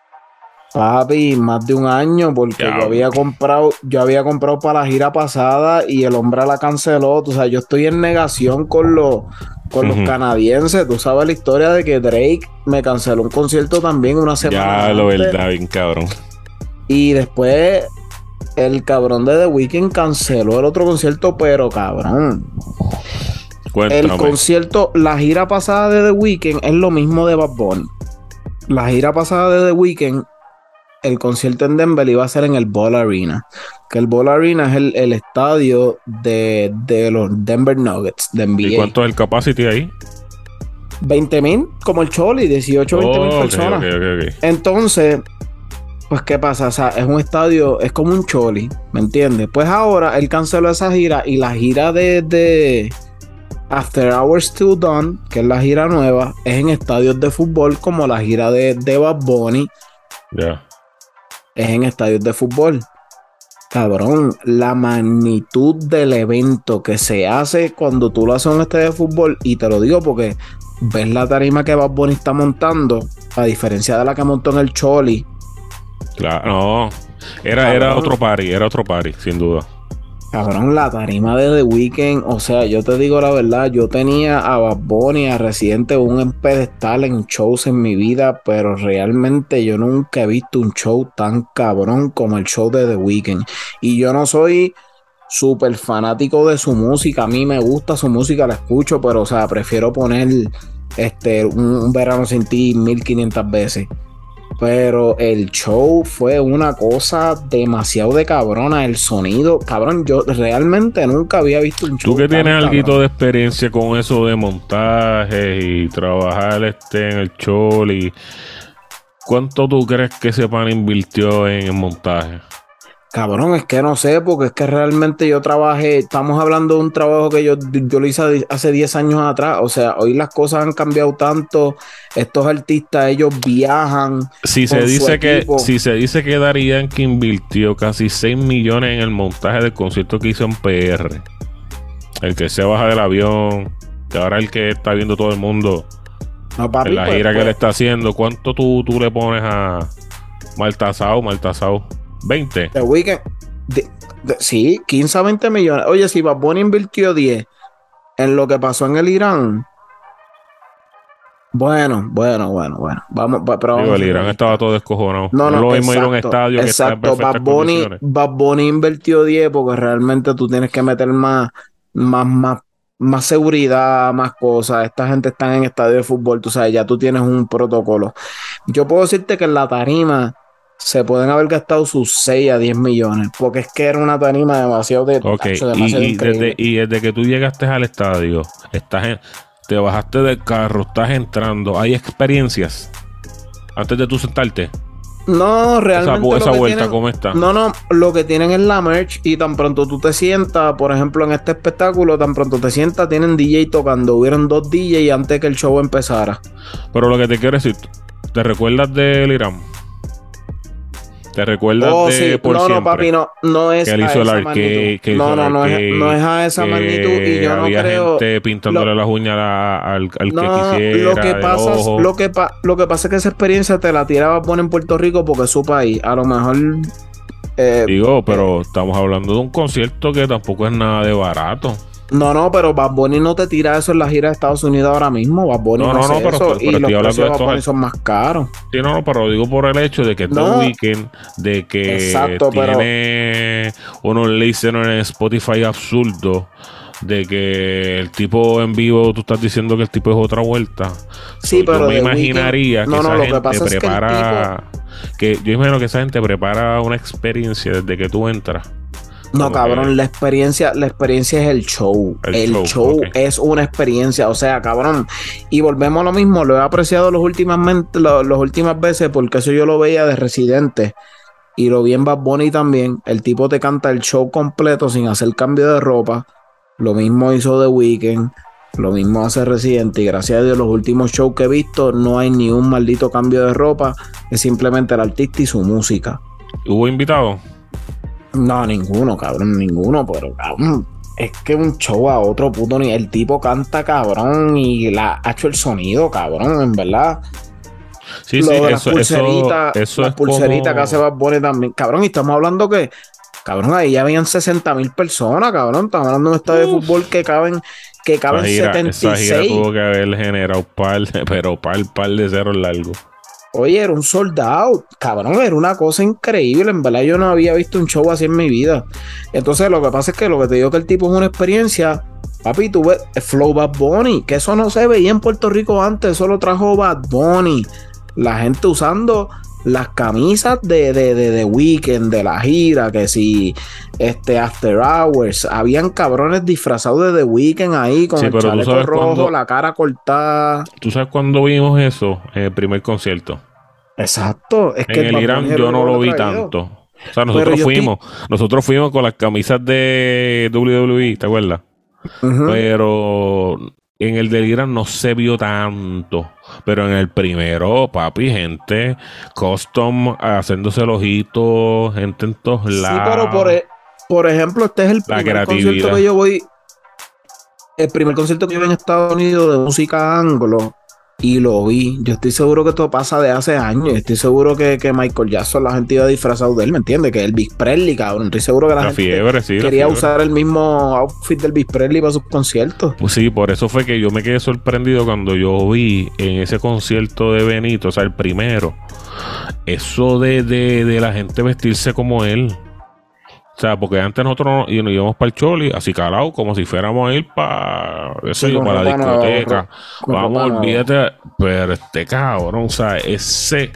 Papi, más de un año, porque yo había comprado para la gira pasada y el hombre la canceló. O sea, yo estoy en negación con los canadienses. Tú sabes la historia de que Drake me canceló un concierto también una semana antes. Verdad, bien cabrón. Y después el cabrón de The Weeknd canceló el otro concierto, pero cabrón. Cuéntame. El concierto, la gira pasada de The Weeknd es lo mismo de Bad Bunny. La gira pasada de The Weeknd, el concierto en Denver iba a ser en el Ball Arena. Que el Ball Arena es el estadio de los Denver Nuggets de NBA. ¿Y cuánto es el capacity ahí? 20,000, como el Choli, 20,000 personas. Okay. Entonces, pues, ¿qué pasa? O sea, es un estadio, es como un Choli, ¿me entiendes? Pues ahora él canceló esa gira y la gira de After Hours Till Dawn, que es la gira nueva, es en estadios de fútbol como la gira de Bad Bunny. Ya. Es en estadios de fútbol. Cabrón, la magnitud del evento que se hace cuando tú lo haces en un estadio de fútbol, y te lo digo porque ves la tarima que Bad Bunny está montando, a diferencia de la que montó en el Choli. Claro, no. Era otro party, sin duda. Cabrón, la tarima de The Weeknd, o sea, yo te digo la verdad, yo tenía a Bad Bunny, a Residente, un pedestal en shows en mi vida, pero realmente yo nunca he visto un show tan cabrón como el show de The Weeknd. Y yo no soy súper fanático de su música, a mí me gusta su música, la escucho, pero o sea, prefiero poner un Verano Sin Ti 1500 veces. Pero el show fue una cosa demasiado de cabrona. El sonido, cabrón, yo realmente nunca había visto un show. Tú que tienes algo de experiencia con eso de montaje y trabajar en el show, y ¿cuánto tú crees que ese pan invirtió en el montaje? Cabrón, es que no sé, porque es que realmente yo trabajé, estamos hablando de un trabajo que yo lo hice hace 10 años atrás, o sea, hoy las cosas han cambiado tanto, estos artistas, ellos viajan. Si se dice que Daddy Yankee invirtió casi 6 millones en el montaje del concierto que hizo en PR, el que se baja del avión, que ahora es el que está viendo todo el mundo, no, papi, en la gira que le está haciendo, ¿cuánto tú le pones a Maltasao? 20. The Weeknd, sí, 15 a 20 millones. Oye, si Bad Bunny invirtió 10 en lo que pasó en el Irán. Bueno. Vamos, pero digo, el Irán estaba todo descojonado. No, lo mismo ir a un estadio que está en perfectas condiciones. Bad Bunny invirtió 10 porque realmente tú tienes que meter más seguridad, más cosas. Esta gente está en estadio de fútbol, tú sabes, ya tú tienes un protocolo. Yo puedo decirte que en la tarima se pueden haber gastado sus 6 a 10 millones, porque es que era una tarima demasiado demasiado increíble. Y desde que tú llegaste al estadio, te bajaste del carro, estás entrando, ¿hay experiencias antes de tú sentarte? No, realmente esa vuelta, ¿cómo está? No, lo que tienen es la merch, y tan pronto tú te sientas, por ejemplo, en este espectáculo, tan pronto te sientas, tienen DJ tocando. Hubieron 2 DJ antes que el show empezara. Pero lo que te quiero decir, ¿te recuerdas del Irán? ¿Te recuerdas de sí. Por Siempre? No, papi, no es que él hizo el arcade, no es a esa magnitud, y yo no había creo. Gente pintándole las uñas al que quisiera. Lo que pasa es que esa experiencia te la tiraba Bad Bunny en Puerto Rico porque es su país. A lo mejor. Pero estamos hablando de un concierto que tampoco es nada de barato. No, pero Bad Bunny no te tira eso en la gira de Estados Unidos ahora mismo. Bad Bunny no hace eso, y los precios de Bad Bunny son más caros. Sí, pero digo por el hecho de que The Weeknd, de que tiene unos listeners en Spotify absurdos, de que el tipo en vivo, tú estás diciendo que el tipo es otra vuelta. Sí, pero yo me imaginaría que esa gente prepara, yo imagino que esa gente prepara una experiencia desde que tú entras. No, cabrón, la experiencia es el show. El show es una experiencia, o sea, cabrón. Y volvemos a lo mismo, lo he apreciado las últimas veces, porque eso yo lo veía de Residente y lo vi en Bad Bunny también. El tipo te canta el show completo sin hacer cambio de ropa. Lo mismo hizo The Weeknd, lo mismo hace Residente, y gracias a Dios los últimos shows que he visto no hay ni un maldito cambio de ropa, es simplemente el artista y su música. ¿Hubo invitados? No, ninguno, pero cabrón, es que un show a otro puto nivel. El tipo canta, cabrón, y ha hecho el sonido, cabrón, en verdad. Sí, las pulseritas que hace Bad Bunny también, cabrón, y estamos hablando que, cabrón, ahí ya habían 60,000 personas, cabrón. Estamos hablando de un estadio de fútbol que caben 76. Esa gira tuvo que haber generado par de ceros largos. Oye, era un sold out, cabrón, era una cosa increíble. En verdad, yo no había visto un show así en mi vida. Entonces, lo que pasa es que lo que te digo que el tipo es una experiencia. Papi, tú ves Flow Bad Bunny, que eso no se veía en Puerto Rico antes, eso lo trajo Bad Bunny. La gente usando las camisas de The Weeknd, de la gira, que si After Hours, habían cabrones disfrazados de The Weeknd ahí con el chaleco rojo, la cara cortada. ¿Tú sabes cuándo vimos eso? En el primer concierto. Exacto. Es que en el Irán yo no lo vi tanto. O sea, nosotros fuimos con las camisas de WWE, ¿te acuerdas? Pero en el del Irán no se vio tanto. Pero en el primero, papi, gente custom, haciéndose el ojito, gente en todos lados. Sí, pero por ejemplo, este es el primer concierto que yo voy. El primer concierto que yo voy en Estados Unidos de música anglo. y lo vi. Yo estoy seguro que esto pasa de hace años. Estoy seguro que Michael Jackson, la gente iba disfrazado de él, ¿me entiendes? Que Elvis Presley, cabrón. Estoy seguro que la gente fiebre, sí, quería usar el mismo outfit de Elvis Presley para sus conciertos. Pues sí, por eso fue que yo me quedé sorprendido cuando yo vi en ese concierto de Benito, o sea, el primero, eso de la gente vestirse como él. O sea, porque antes nosotros nos íbamos para el Choli, así calado, como si fuéramos a ir para la discoteca. Vamos, olvídate. Pero este cabrón, o sea, ese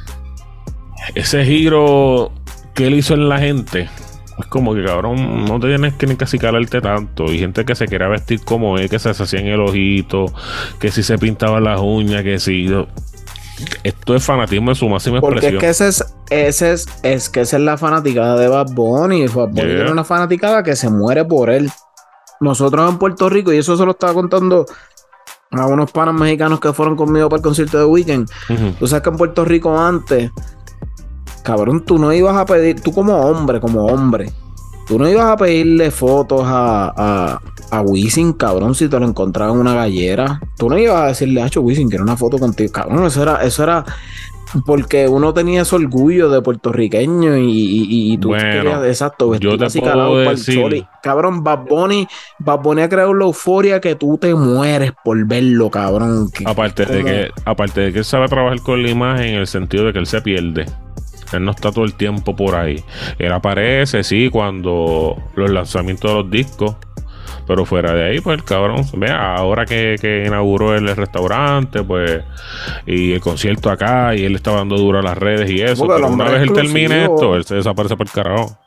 giro que él hizo en la gente, es como que, cabrón, no te tienes que ni casi calarte tanto. Y gente que se quería vestir como él, que se hacían el ojito, que si se pintaban las uñas, que si... Esto es fanatismo en su máxima expresión. Porque es que esa es la fanaticada de Bad Bunny. Bad Bunny tiene una fanaticada que se muere por él. Nosotros en Puerto Rico, y eso se lo estaba contando a unos panas mexicanos que fueron conmigo para el concierto de Weeknd. Tú sabes que en Puerto Rico antes, cabrón, tú no ibas a pedir, tú como hombre, tú no ibas a pedirle fotos a Wisin, cabrón, si te lo encontraba en una gallera. Tú no ibas a decirle, Wisin, quiero una foto contigo. Cabrón, eso era porque uno tenía ese orgullo de puertorriqueño y tú querías, exacto, vestir así calado para el Choli. Cabrón, Bad Bunny ha creado la euforia que tú te mueres por verlo, cabrón. Aparte de que él sabe trabajar con la imagen en el sentido de que él se pierde. Él no está todo el tiempo por ahí. Él aparece, sí, cuando los lanzamientos de los discos. Pero fuera de ahí, pues el cabrón, vea, ahora que inauguró el restaurante, pues, y el concierto acá, y él está dando duro a las redes y eso. Pero una vez él termine esto, él se desaparece por el carajo.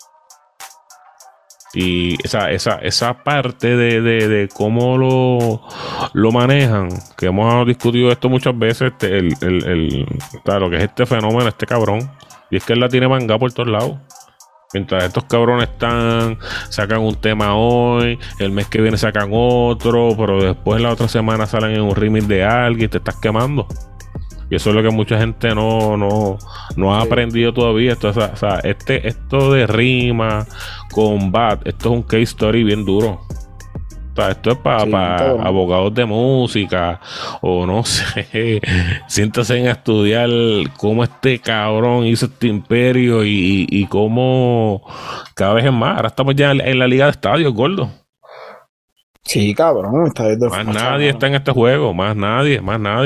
Y esa parte de cómo lo manejan, que hemos discutido esto muchas veces, lo que es este fenómeno, este cabrón, y es que él la tiene manga por todos lados. Mientras estos cabrones sacan un tema hoy, el mes que viene sacan otro, pero después la otra semana salen en un remix de alguien y te estás quemando. Y eso es lo que mucha gente no ha aprendido todavía. Esto de rima, combat, esto es un case story bien duro. O sea, esto es para abogados de música, o no sé, siéntase a estudiar cómo este cabrón hizo este imperio y cómo cada vez es más. Ahora estamos ya en la liga de estadios, gordo. Sí, cabrón. Más nadie está en este juego, más nadie.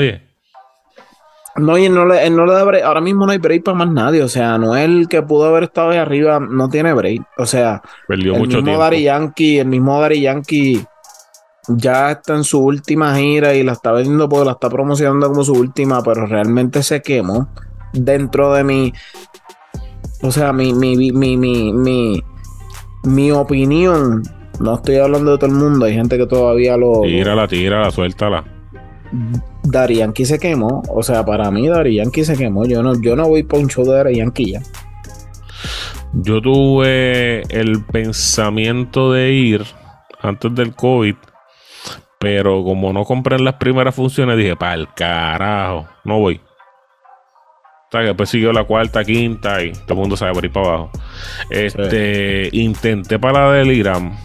No, y él no le da break. Ahora mismo no hay break para más nadie. O sea, no es el que pudo haber estado ahí arriba, no tiene break. O sea, perdió mucho tiempo. El mismo Daddy Yankee ya está en su última gira y la está vendiendo porque la está promocionando como su última, pero realmente se quemó dentro de mi, o sea, mi opinión. No estoy hablando de todo el mundo, hay gente que todavía Tírala, suéltala. Daddy Yankee se quemó, o sea, para mí Daddy Yankee se quemó. Yo no voy para un show de Daddy Yankee ya. Yo tuve el pensamiento de ir antes del COVID, pero como no compré en las primeras funciones, dije, para el carajo, no voy. O sea, que después siguió la cuarta, quinta y todo el mundo sabe por ahí para abajo. Intenté para la del Irán.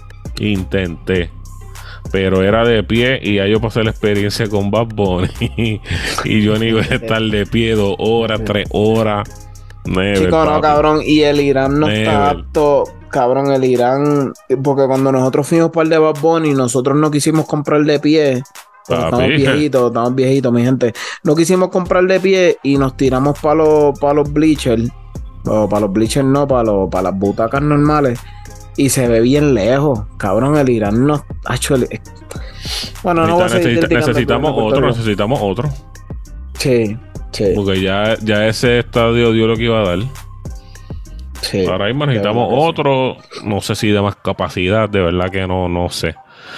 Pero era de pie y ya yo pasé la experiencia con Bad Bunny. Y yo ni iba a estar de pie 2 horas, 3 horas. Chico, no, cabrón. Y el Irán no está apto. Cabrón, el Irán, porque cuando nosotros fuimos para el de Bad Bunny, nosotros no quisimos comprar de pie. Estamos viejitos, mi gente. No quisimos comprar de pie y nos tiramos para los bleachers. O para los bleachers no, para las butacas normales. Y se ve bien lejos. Cabrón, el Irán no ha hecho Bueno, no voy a seguir necesitamos otro. Sí. Porque ya ese estadio dio lo que iba a dar. Sí, ahora mismo necesitamos otro, no sé si de más capacidad, de verdad que no sé.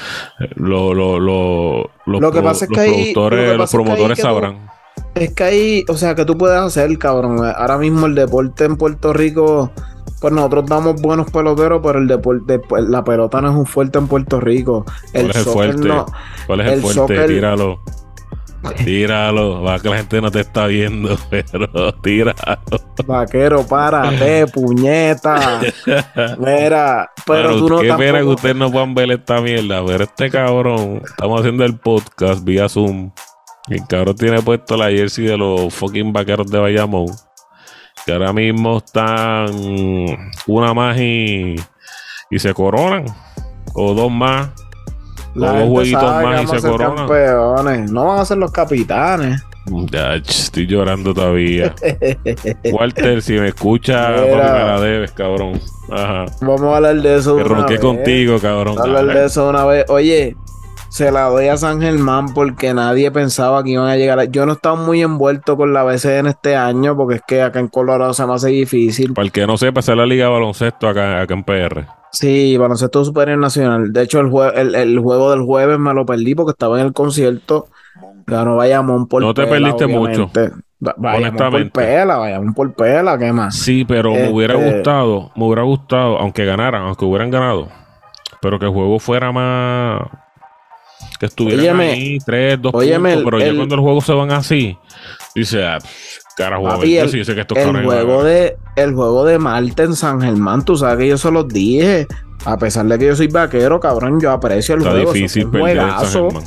Lo que pasa es que los promotores sabrán. Es que ahí, o sea, que tú puedes hacer, cabrón. Ahora mismo el deporte en Puerto Rico, pues nosotros damos buenos peloteros, pero el deporte, la pelota no es un fuerte en Puerto Rico. ¿Cuál es el fuerte? ¿Cuál es el fuerte? Soccer... Tíralo, va que la gente no te está viendo, pero tíralo. Vaquero, párate, puñeta. Mira, pero tú no qué pena que ustedes no puedan ver esta mierda, pero este cabrón, estamos haciendo el podcast vía Zoom El cabrón tiene puesto la jersey de los fucking vaqueros de Bayamón. Que ahora mismo están una más y se coronan. O dos más. O dos jueguitos más y se coronan. Campeones. No van a ser los capitanes. Ya, estoy llorando todavía. Walter, si me escucha, papi, me la debes, cabrón. Ajá. Vamos a hablar de eso. Que ronqué contigo, cabrón. Vamos a hablar de eso una vez. Oye, se la doy a San Germán porque nadie pensaba que iban a llegar. Yo no estaba muy envuelto con la BCN este año porque es que acá en Colorado se me hace difícil. Para el que no sepa, es la Liga de Baloncesto acá en PR. Sí, Baloncesto Superior Nacional. De hecho, el juego del jueves me lo perdí porque estaba en el concierto. Ganó Bayamón por pela. No te perdiste obviamente. Mucho. Bayamón por pela, ¿qué más? Sí, pero me hubiera gustado, aunque hubieran ganado, pero que el juego fuera más, que estuvieran ahí 3, 2 puntos, pero ya cuando los juegos se van así, dice, carajo, papi, yo sé que estos el juego de Marte en San Germán, tú sabes que yo se los dije, a pesar de que yo soy vaquero, cabrón, yo aprecio el juego. Está difícil perder en San Germán.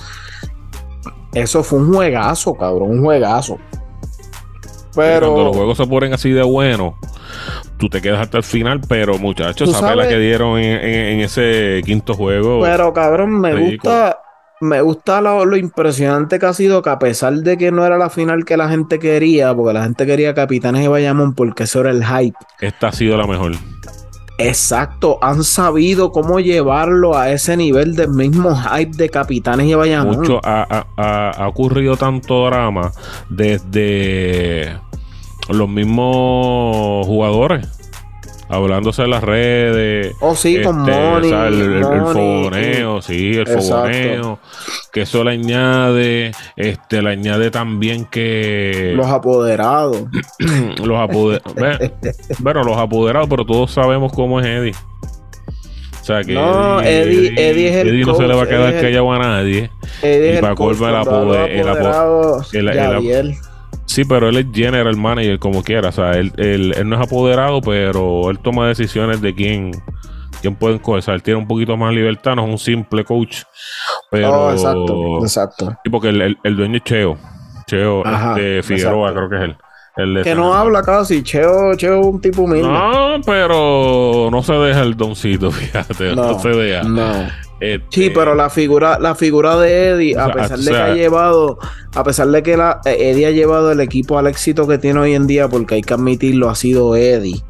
Eso fue un juegazo, cabrón, un juegazo. Pero cuando los juegos se ponen así de buenos, tú te quedas hasta el final, pero muchachos, esa pela que dieron en ese quinto juego. Pero cabrón, me gusta lo impresionante que ha sido, que a pesar de que no era la final que la gente quería, porque la gente quería Capitanes de Bayamón, porque eso era el hype. Esta ha sido la mejor. Exacto, han sabido cómo llevarlo a ese nivel del mismo hype de Capitanes y Bayamón. Mucho ha ocurrido tanto drama desde los mismos jugadores, hablándose en las redes. Oh, sí, con Money. El fogoneo, sí, el fogoneo. Que eso le añade también que los apoderados. Bueno, los apoderados, pero todos sabemos cómo es Eddie. O sea que no, Eddie es el Eddie no se le va a quedar callado a nadie. Eddie y para colmar el sí, pero él es general manager como quiera. O sea, él no es apoderado, pero él toma decisiones de quién pueden coger. O sea, él tiene un poquito más libertad, no es un simple coach. Pero exacto. Sí, porque el dueño es Cheo. Ajá, Figueroa, creo que es él. Que no habla casi. Cheo es un tipo humilde. No, pero no se deja el doncito, fíjate. No se deja. No. Sí, pero la figura de Eddie, a pesar de que Eddie ha llevado el equipo al éxito que tiene hoy en día, porque hay que admitirlo, ha sido Eddie.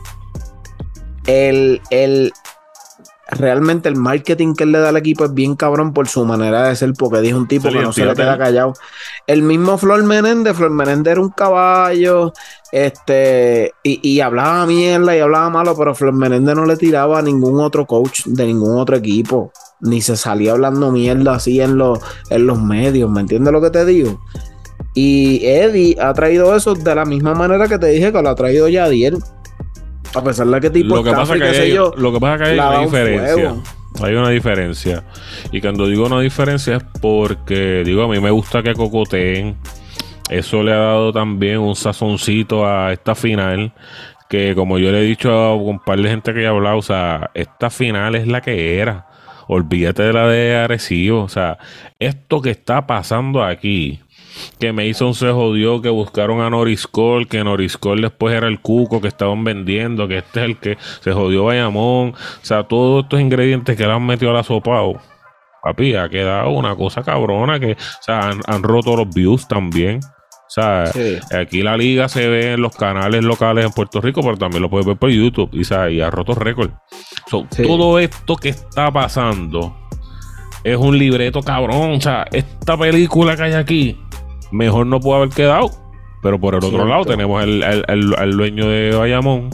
Realmente el marketing que él le da al equipo es bien cabrón por su manera de ser, porque Eddie es un tipo que no se le queda callado. El mismo Flor Menéndez era un caballo, y hablaba mierda y hablaba malo, pero Flor Menéndez no le tiraba a ningún otro coach de ningún otro equipo, ni se salía hablando mierda así en los medios, ¿me entiendes lo que te digo? Y Eddie ha traído eso de la misma manera que te dije que lo ha traído Yadier. A pesar de que tipo lo que pasa que hay una diferencia. Hay una diferencia. Y cuando digo una diferencia es porque, a mí me gusta que cocoteen. Eso le ha dado también un sazoncito a esta final. Que como yo le he dicho a un par de gente que he hablado, o sea, esta final es la que era. Olvídate de la de Arecibo. O sea, esto que está pasando aquí, que Mason se jodió, que buscaron a Norris Cole, que Norris Cole después era el cuco que estaban vendiendo, que este es el que se jodió Bayamón. O sea, todos estos ingredientes que le han metido a la sopa, papi, ha quedado una cosa cabrona que, o sea, han roto los views también. O sea, sí. Aquí la liga se ve en los canales locales en Puerto Rico, pero también lo puedes ver por YouTube, y ha roto récord. Sí. Todo esto que está pasando es un libreto cabrón. O sea, esta película que hay aquí mejor no puede haber quedado. Pero por el otro lado tenemos el dueño de Bayamón,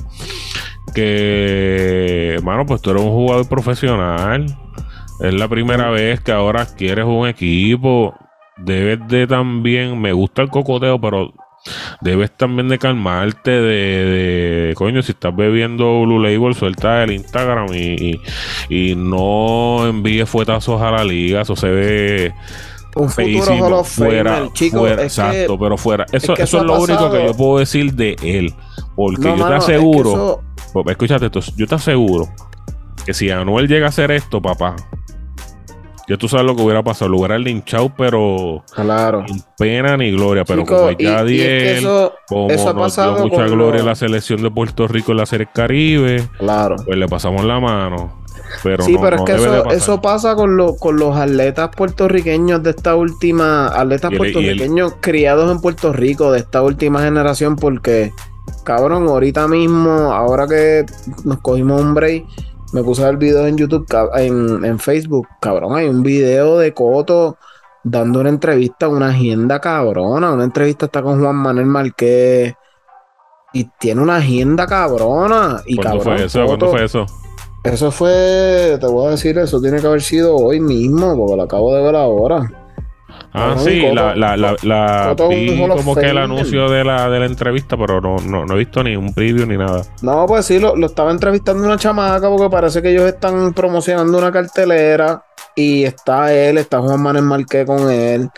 que, mano, pues tú eres un jugador profesional. Es la primera vez que ahora quieres un equipo. Debes de también, me gusta el cocoteo, pero debes también de calmarte de coño, si estás bebiendo Blue Label, suelta el Instagram y no envíes fuetazos a la liga. Eso se ve un futuro Hall of Famer, chico, exacto, pero fuera. Eso es lo único que yo puedo decir de él. Porque yo te aseguro, escúchate esto, yo te aseguro que si Anuel llega a hacer esto, papá, Ya tú sabes lo que hubiera pasado. Lo hubiera linchado, pero claro, sin pena ni gloria. Pero chico, como Yadiel, como eso ha nos dio pasado mucha con gloria la selección de Puerto Rico en la Serie Caribe, claro. pues le pasamos la mano. Pero Sí, pero es no que debe de pasar. eso pasa con los atletas puertorriqueños de esta última, atletas puertorriqueños criados en Puerto Rico de esta última generación, porque, cabrón, ahorita mismo, ahora que nos cogimos un break, me puse a ver videos en YouTube, en Facebook, cabrón, hay un video de Coto dando una entrevista, una agenda cabrona, una entrevista está con Juan Manuel Márquez y tiene una agenda cabrona y ¿Cuándo cabrón, fue eso? ¿Cuándo fue eso? eso fue, te voy a decir, eso tiene que haber sido hoy mismo, porque lo acabo de ver ahora. Sí, Coto es un vi Hall of como que el Famer. anuncio de la entrevista, pero no he visto ni un preview ni nada. No, pues sí, lo estaba entrevistando una chamaca, porque parece que ellos están promocionando una cartelera y está él, está Juan Manuel Márquez con él.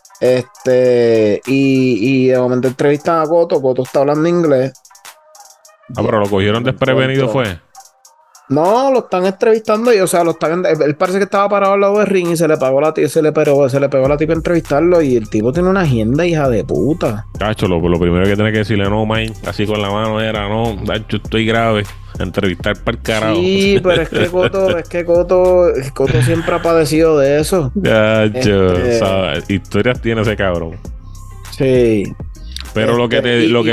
Y de momento entrevistan a Coto está hablando inglés. Pero lo cogieron desprevenido, fue. No, lo están entrevistando y, o sea, él parece que estaba parado al lado del ring y se le pegó la tipa a entrevistarlo y el tipo tiene una agenda, hija de puta. Cacho, lo primero que tiene que decirle, no, man, así con la mano era, no, Dacho, estoy grave. Entrevistar para el carajo. Sí, pero es que Coto siempre ha padecido de eso. Dacho, historias tiene ese cabrón. Sí. Pero lo que te digo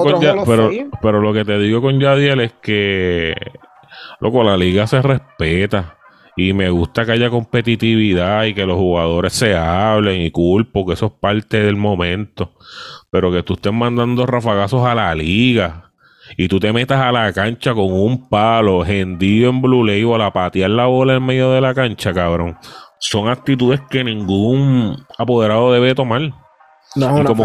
pero lo que te digo con Yadiel es que, loco, la liga se respeta y me gusta que haya competitividad y que los jugadores se hablen y cool, porque eso es parte del momento. Pero que tú estés mandando rafagazos a la liga y tú te metas a la cancha con un palo hendido en blue label a patear la bola en medio de la cancha, cabrón. Son actitudes que ningún apoderado debe tomar. No, y como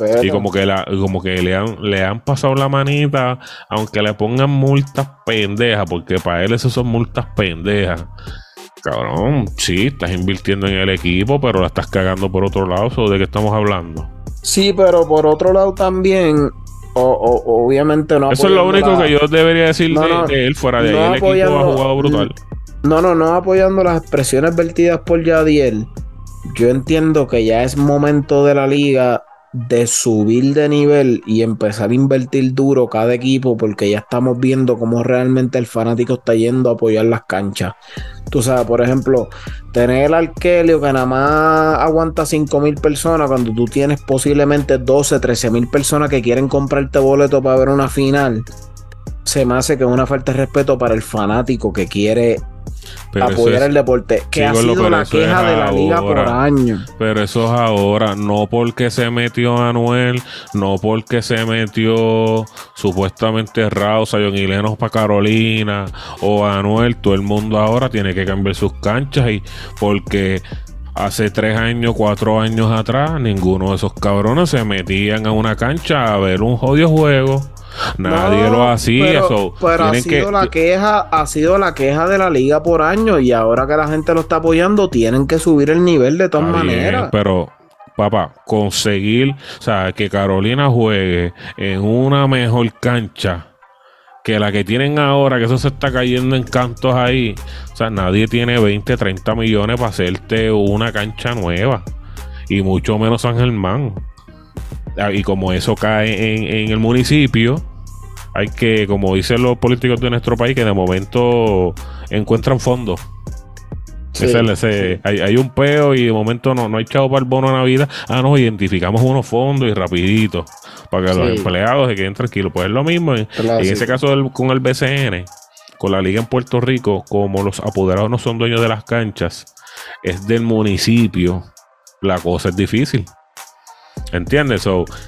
que le han pasado la manita, aunque le pongan multas pendejas, porque para él eso son multas pendejas. Cabrón, sí, estás invirtiendo en el equipo, pero la estás cagando por otro lado. ¿De qué estamos hablando? Sí, pero por otro lado también, obviamente no. Eso es lo único que yo debería decir de él. Fuera de ahí el equipo ha jugado brutal. No apoyando las expresiones vertidas por Yadiel. Yo entiendo que ya es momento de la liga de subir de nivel y empezar a invertir duro cada equipo, porque ya estamos viendo cómo realmente el fanático está yendo a apoyar las canchas. Tú sabes, por ejemplo, tener el Arkelio que nada más aguanta 5,000 personas cuando tú tienes posiblemente 12, 13,000 personas que quieren comprarte boleto para ver una final. Se me hace que es una falta de respeto para el fanático que quiere apoyar el deporte, que ha sido la queja de la liga por años. Pero eso es ahora, no porque se metió Anuel, no porque se metió supuestamente Rausa, John Hilenos para Carolina o Anuel, todo el mundo ahora tiene que cambiar sus canchas, y porque hace 3 años, 4 años atrás, ninguno de esos cabrones se metían a una cancha a ver un jodido juego. Nadie lo hacía. Pero ha sido la queja de la liga por años, y ahora que la gente lo está apoyando, tienen que subir el nivel de todas maneras. Pero, papá, conseguir, o sea, que Carolina juegue en una mejor cancha que la que tienen ahora, que eso se está cayendo en cantos ahí. O sea, nadie tiene 20, 30 millones para hacerte una cancha nueva, y mucho menos San Germán. Y como eso cae en el municipio, hay que, como dicen los políticos de nuestro país, que de momento encuentran fondos. Sí. Hay un peo y de momento no hay chavo para el bono de Navidad. No, identificamos unos fondos y rapidito, para que los empleados se queden tranquilos. Pues es lo mismo en ese caso con el BCN, con la liga en Puerto Rico, como los apoderados no son dueños de las canchas, es del municipio, la cosa es difícil. ¿Entiendes?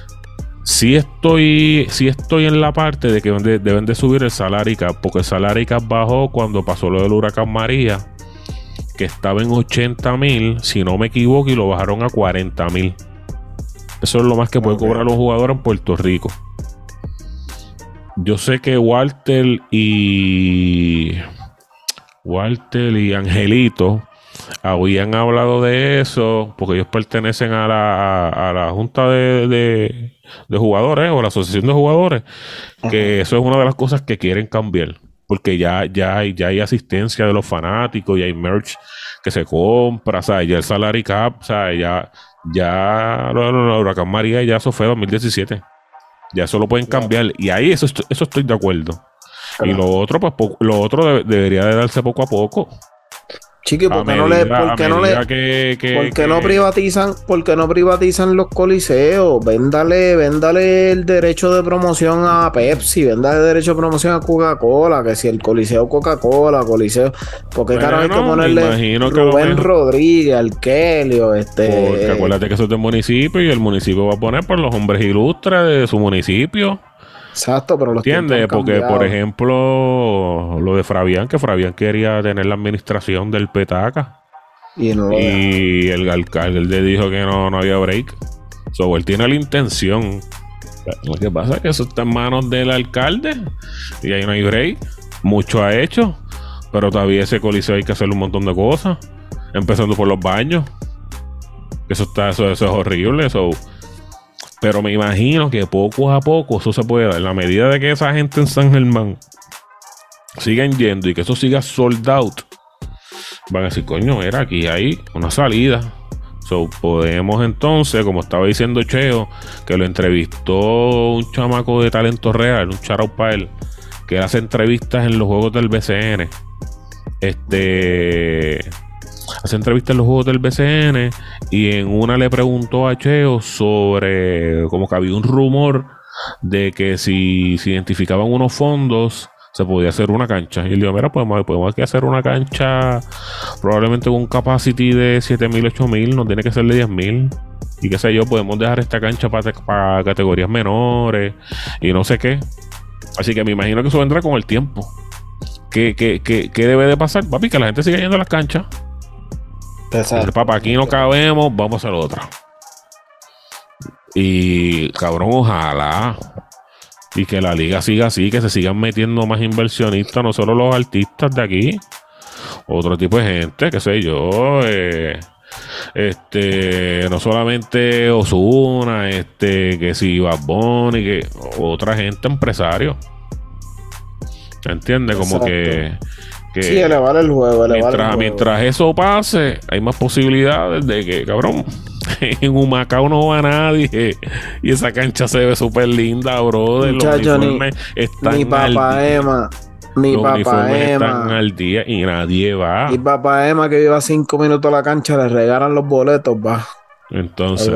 Sí estoy en la parte de que deben de subir el salary cap, porque el salary cap bajó cuando pasó lo del huracán María, que estaba en 80,000, si no me equivoco, y lo bajaron a 40,000. Eso es lo más que puede cobrar un jugador en Puerto Rico. Yo sé que Walter y Angelito habían hablado de eso, porque ellos pertenecen a la junta de jugadores, o la asociación de jugadores, que eso es una de las cosas que quieren cambiar. porque ya hay asistencia de los fanáticos, y hay merch que se compra, o sea, ya el salary cap, o sea, ya lo Huracán María, ya eso fue 2017. Ya eso lo pueden cambiar, y ahí eso estoy de acuerdo. Claro. Y lo otro, pues lo otro debería de darse poco a poco. Chiqui, ¿por qué no privatizan los coliseos? Véndale el derecho de promoción a Pepsi, véndale el derecho de promoción a Coca-Cola, que si el Coliseo Coca-Cola, Coliseo, ¿por qué carajo hay que ponerle Rubén Rodríguez, Arkelio, Porque acuérdate que eso es del municipio, y el municipio va a poner por los hombres ilustres de su municipio. Exacto, pero los ¿entiendes? Porque, por ejemplo, lo de Fabián, que Fabián quería tener la administración del Petaca. Y el alcalde le dijo que no había break. So, él tiene la intención. Lo que pasa es que eso está en manos del alcalde, y ahí no hay break. Mucho ha hecho, pero todavía ese coliseo hay que hacerle un montón de cosas. Empezando por los baños. Eso es horrible, eso. Pero me imagino que poco a poco eso se puede dar. En la medida de que esa gente en San Germán sigan yendo y que eso siga sold out, van a decir, coño, mira, aquí hay una salida. So, podemos entonces, como estaba diciendo Cheo, que lo entrevistó un chamaco de talento real, un shout out para él, que hace entrevistas en los juegos del BCN. Hace entrevistas en los juegos del BCN, y en una le preguntó a Cheo sobre como que había un rumor de que si se identificaban unos fondos se podía hacer una cancha, y él dijo, mira, podemos aquí hacer una cancha probablemente con un capacity de 7,000, 8,000, no tiene que ser de 10,000, y qué sé yo, podemos dejar esta cancha para categorías menores y no sé qué. Así que me imagino que eso vendrá con el tiempo. ¿Qué debe de pasar, papi? Que la gente siga yendo a las canchas. Exacto. Papá, aquí no cabemos, vamos a hacer otra. Y cabrón, ojalá y que la liga siga así, que se sigan metiendo más inversionistas, no solo los artistas de aquí, otro tipo de gente, qué sé yo, no solamente Ozuna, que si Bad Bunny, que otra gente, empresario, ¿entiendes? Como que sí, elevar el juego, mientras eso pase, hay más posibilidades de que, cabrón, en Humacao no va nadie, y esa cancha se ve súper linda, brother. Muchacho, los uniformes están están al día y nadie va. Y Papá Emma, que lleva 5 minutos a la cancha, le regalan los boletos, va. Entonces,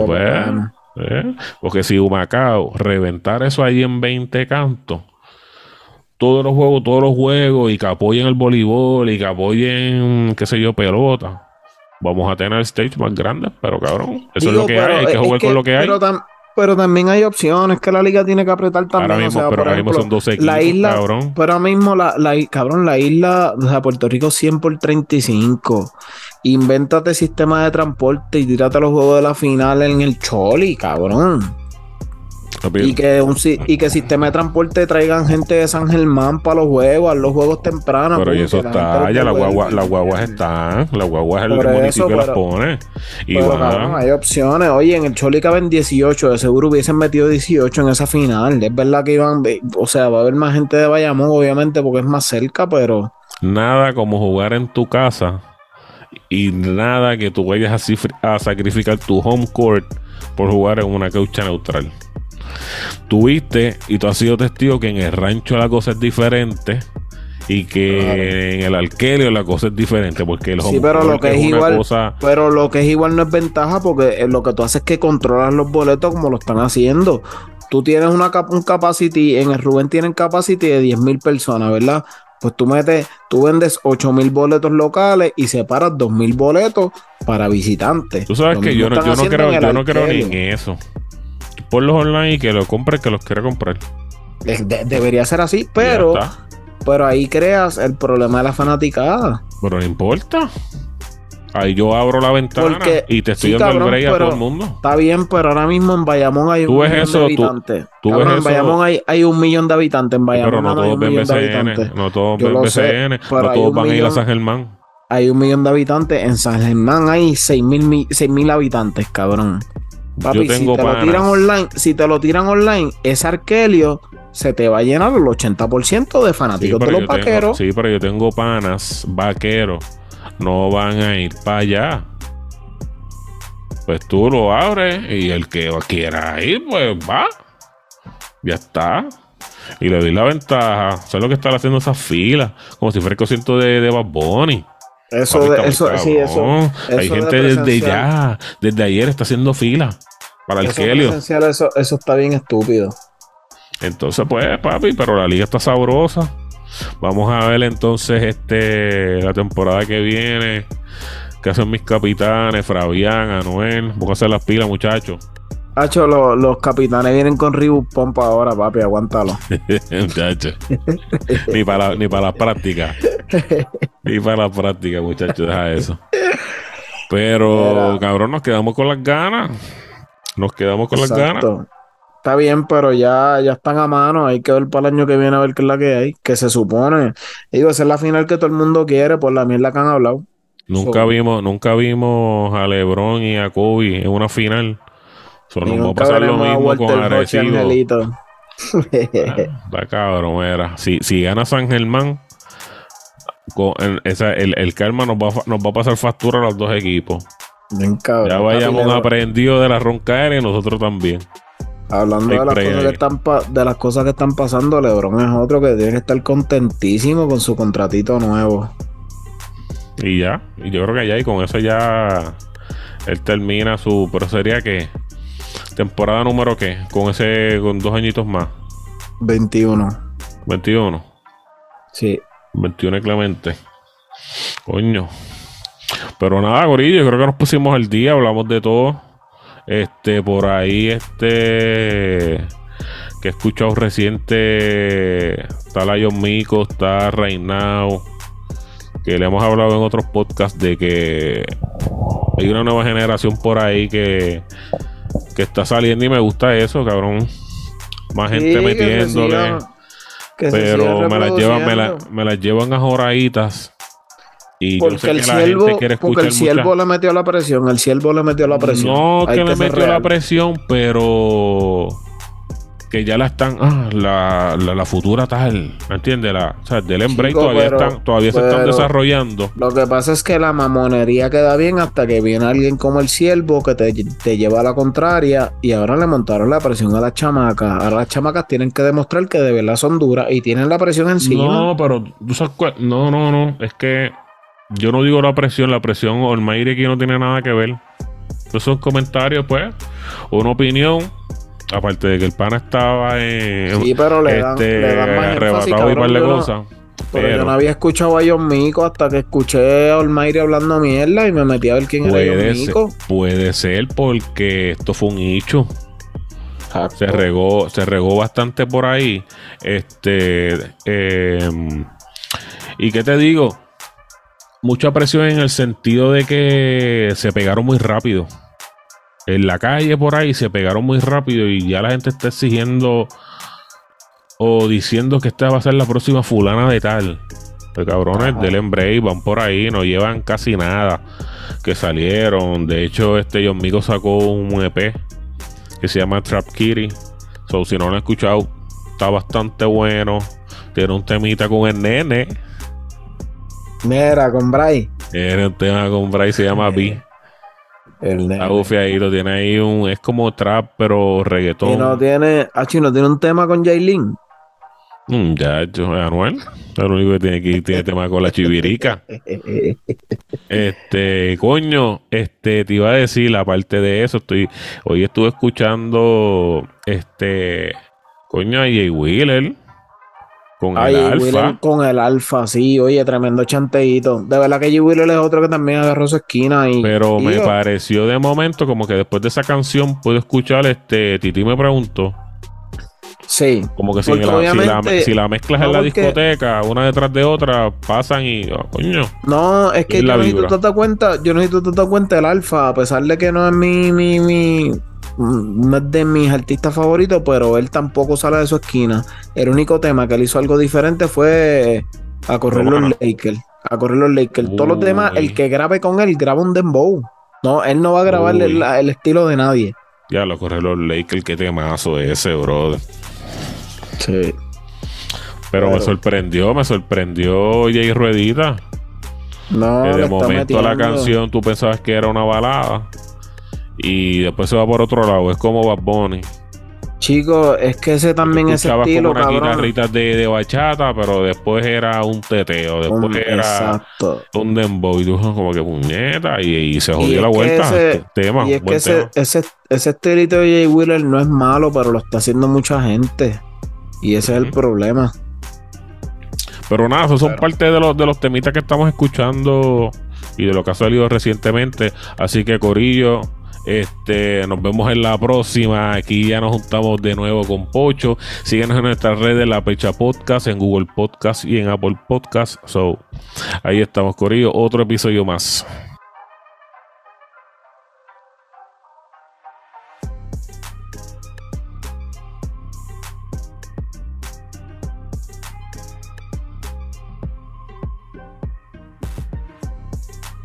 porque si Humacao reventar eso ahí en 20 cantos, todos los juegos, y que apoyen el voleibol, y que apoyen, qué sé yo, pelota, vamos a tener stage más grandes, pero cabrón, eso es lo que hay que jugar con lo que hay. Pero también hay opciones que la liga tiene que apretar también. Ahora mismo son 12 equipos, la isla, cabrón. Pero ahora mismo la isla, o sea, Puerto Rico 100 por 35. Invéntate sistema de transporte y tírate los juegos de la final en el Choli, cabrón. Y que sistema de transporte traigan gente de San Germán para los juegos tempranos. Pero y eso está, ya las guaguas están, las guaguas el municipio las pone. Y pero cabrón, hay opciones. Oye, en el Choli caben 18, de seguro hubiesen metido 18 en esa final. Es verdad que iban, o sea, va a haber más gente de Bayamón, obviamente, porque es más cerca, pero nada como jugar en tu casa, y nada que tú vayas a sacrificar tu home court por jugar en una cancha neutral. Tuviste y tú has sido testigo que en el rancho la cosa es diferente, y que en el Arkelio la cosa es diferente, porque el home pero lo que es igual, pero lo que es igual no es ventaja, porque lo que tú haces es que controlas los boletos como lo están haciendo. Tú tienes un capacity, en el Rubén tienen capacity de 10,000 personas, ¿verdad? Pues tú vendes 8,000 boletos locales y separas 2,000 boletos para visitantes. Tú sabes que yo no creo ni en eso. Ponlos online y que lo compre, que los quiera comprar. Debería ser así, pero ahí creas el problema de la fanaticada. Pero no importa. Ahí yo abro la ventana y te estoy dando el break a todo el mundo. Está bien, pero ahora mismo en Bayamón hay 1 millón de habitantes. En Bayamón hay 1 millón de habitantes. En Bayamón pero no todos ven BCN. No todos ven BCN. No todos van a ir a San Germán. Hay 1 millón de habitantes. En San Germán hay 6,000 habitantes, cabrón. Papi, si te lo tiran online, ese Arkelio se te va a llenar el 80% de fanáticos de los vaqueros. Sí, pero yo tengo panas vaqueros. No van a ir para allá. Pues tú lo abres y el que quiera ir, pues va. Ya está. Y le doy la ventaja. ¿Sabes lo que están haciendo esas filas? Como si fuera el concierto de Bad Bunny. Hay gente desde ayer está haciendo fila para el Kelio. Eso está bien estúpido. Entonces, pues, papi, pero la liga está sabrosa. Vamos a ver entonces la temporada que viene. ¿Qué hacen mis capitanes? Fabián, Anuel. Vamos a hacer las pilas, muchachos. Hacho, los capitanes vienen con Reebok Pompa ahora, papi, aguántalo. Muchachos. Ni para las prácticas. Ni para las prácticas, muchachos, deja eso. Pero, cabrón, nos quedamos con las ganas. Las ganas. Está bien, pero ya están a mano. Hay que ver para el año que viene a ver qué es la que hay. Que se supone. Digo, esa es la final que todo el mundo quiere por la mierda que han hablado. Nunca vimos a LeBron y a Kobe en una final. Nos va a pasar lo mismo con Arecibo. Está cabrón, era. Si gana San Germán, el karma nos va a pasar factura a los dos equipos. Bien, cabrón, ya vayamos aprendido de la roncaera y nosotros también. Hablando de las cosas que están pasando, LeBron es otro que tiene que estar contentísimo con su contratito nuevo. Y yo creo que ya, y con eso ya él termina pero sería que temporada número ¿qué? Con 2 añitos más. 21. Sí. 21 Clemente. Coño. Pero nada, gorillo, yo creo que nos pusimos al día, hablamos de todo. Por ahí, que he escuchado reciente, está Lion Mico, está Reinao, que le hemos hablado en otros podcasts de que hay una nueva generación por ahí que está saliendo y me gusta eso, cabrón. Más gente metiéndole. Pero me las llevan a joraditas. Y porque el Ciervo le metió la presión. No que le metió la presión, pero que ya la están. La futura tal. ¿Me entiendes? O sea, del Embrace todavía se están desarrollando. Lo que pasa es que la mamonería queda bien hasta que viene alguien como el Ciervo que te lleva a la contraria. Y ahora le montaron la presión a las chamacas. Ahora las chamacas tienen que demostrar que de verdad son duras y tienen la presión encima. No, pero tú sabes cuál. No. Es que yo no digo la presión Almaire aquí no tiene nada que ver. Esos son comentarios, pues, una opinión. Aparte de que el pana estaba pero le dan más arrebatado y par de cosas. Pero yo no había escuchado a John Mico hasta que escuché a Almaire hablando mierda y me metí a ver quién era John Mico. Puede ser porque esto fue un hecho. Exacto. Se regó bastante por ahí. ¿Y qué te digo? Mucha presión en el sentido de que se pegaron muy rápido. En la calle por ahí se pegaron muy rápido y ya la gente está exigiendo o diciendo que esta va a ser la próxima fulana de tal. Los cabrones del Embrace van por ahí, no llevan casi nada que salieron. De hecho, John Mico sacó un EP que se llama Trap Kitty. So, si no lo han escuchado, está bastante bueno. Tiene un temita con el nene. Mira, con Bray. Tiene un tema con Bray, se llama B. El nene. Lo tiene ahí es como trap, pero reggaetón. Y no tiene un tema con Jaylin. Anuel. Es lo único que tiene tema con la chivirica. Coño, te iba a decir, aparte de eso, hoy estuve escuchando coño, a Jay Wheeler. Con el Alfa, sí, oye, tremendo chanteíto. De verdad que Jay Wheeler es otro que también agarró su esquina. Pero me pareció de momento como que después de esa canción puedo escuchar Titi me preguntó. Sí. Como que si la mezclas en la discoteca, una detrás de otra, pasan y coño. No, es que yo no sé si tú te das cuenta el Alfa, a pesar de que no es no es de mis artistas favoritos, pero él tampoco sale de su esquina. El único tema que él hizo algo diferente fue a correr los Lakers. Todos los demás, el que grabe con él, graba un dembow. No, él no va a grabar el estilo de nadie. Ya lo correr los Lakers, qué temazo ese, brother. Sí. Pero me sorprendió Jay Ruedita. No, de momento la canción tú pensabas que era una balada y después se va por otro lado. Es como Bad Bunny. Chicos, es que ese también es estilo, como una guitarrita de bachata, pero después era un teteo, después era un dembow y tú como que puñeta y se jodió la vuelta. Y es que ese estilito de Jay Wheeler no es malo, pero lo está haciendo mucha gente y ese es el problema. Pero nada, esos son parte de los temitas que estamos escuchando y de lo que ha salido recientemente. Así que corillo, nos vemos en la próxima. Aquí ya nos juntamos de nuevo con Pocho. Síguenos en nuestras redes, La Percha Podcast, en Google Podcast y en Apple Podcast. Ahí estamos, corillo, otro episodio más.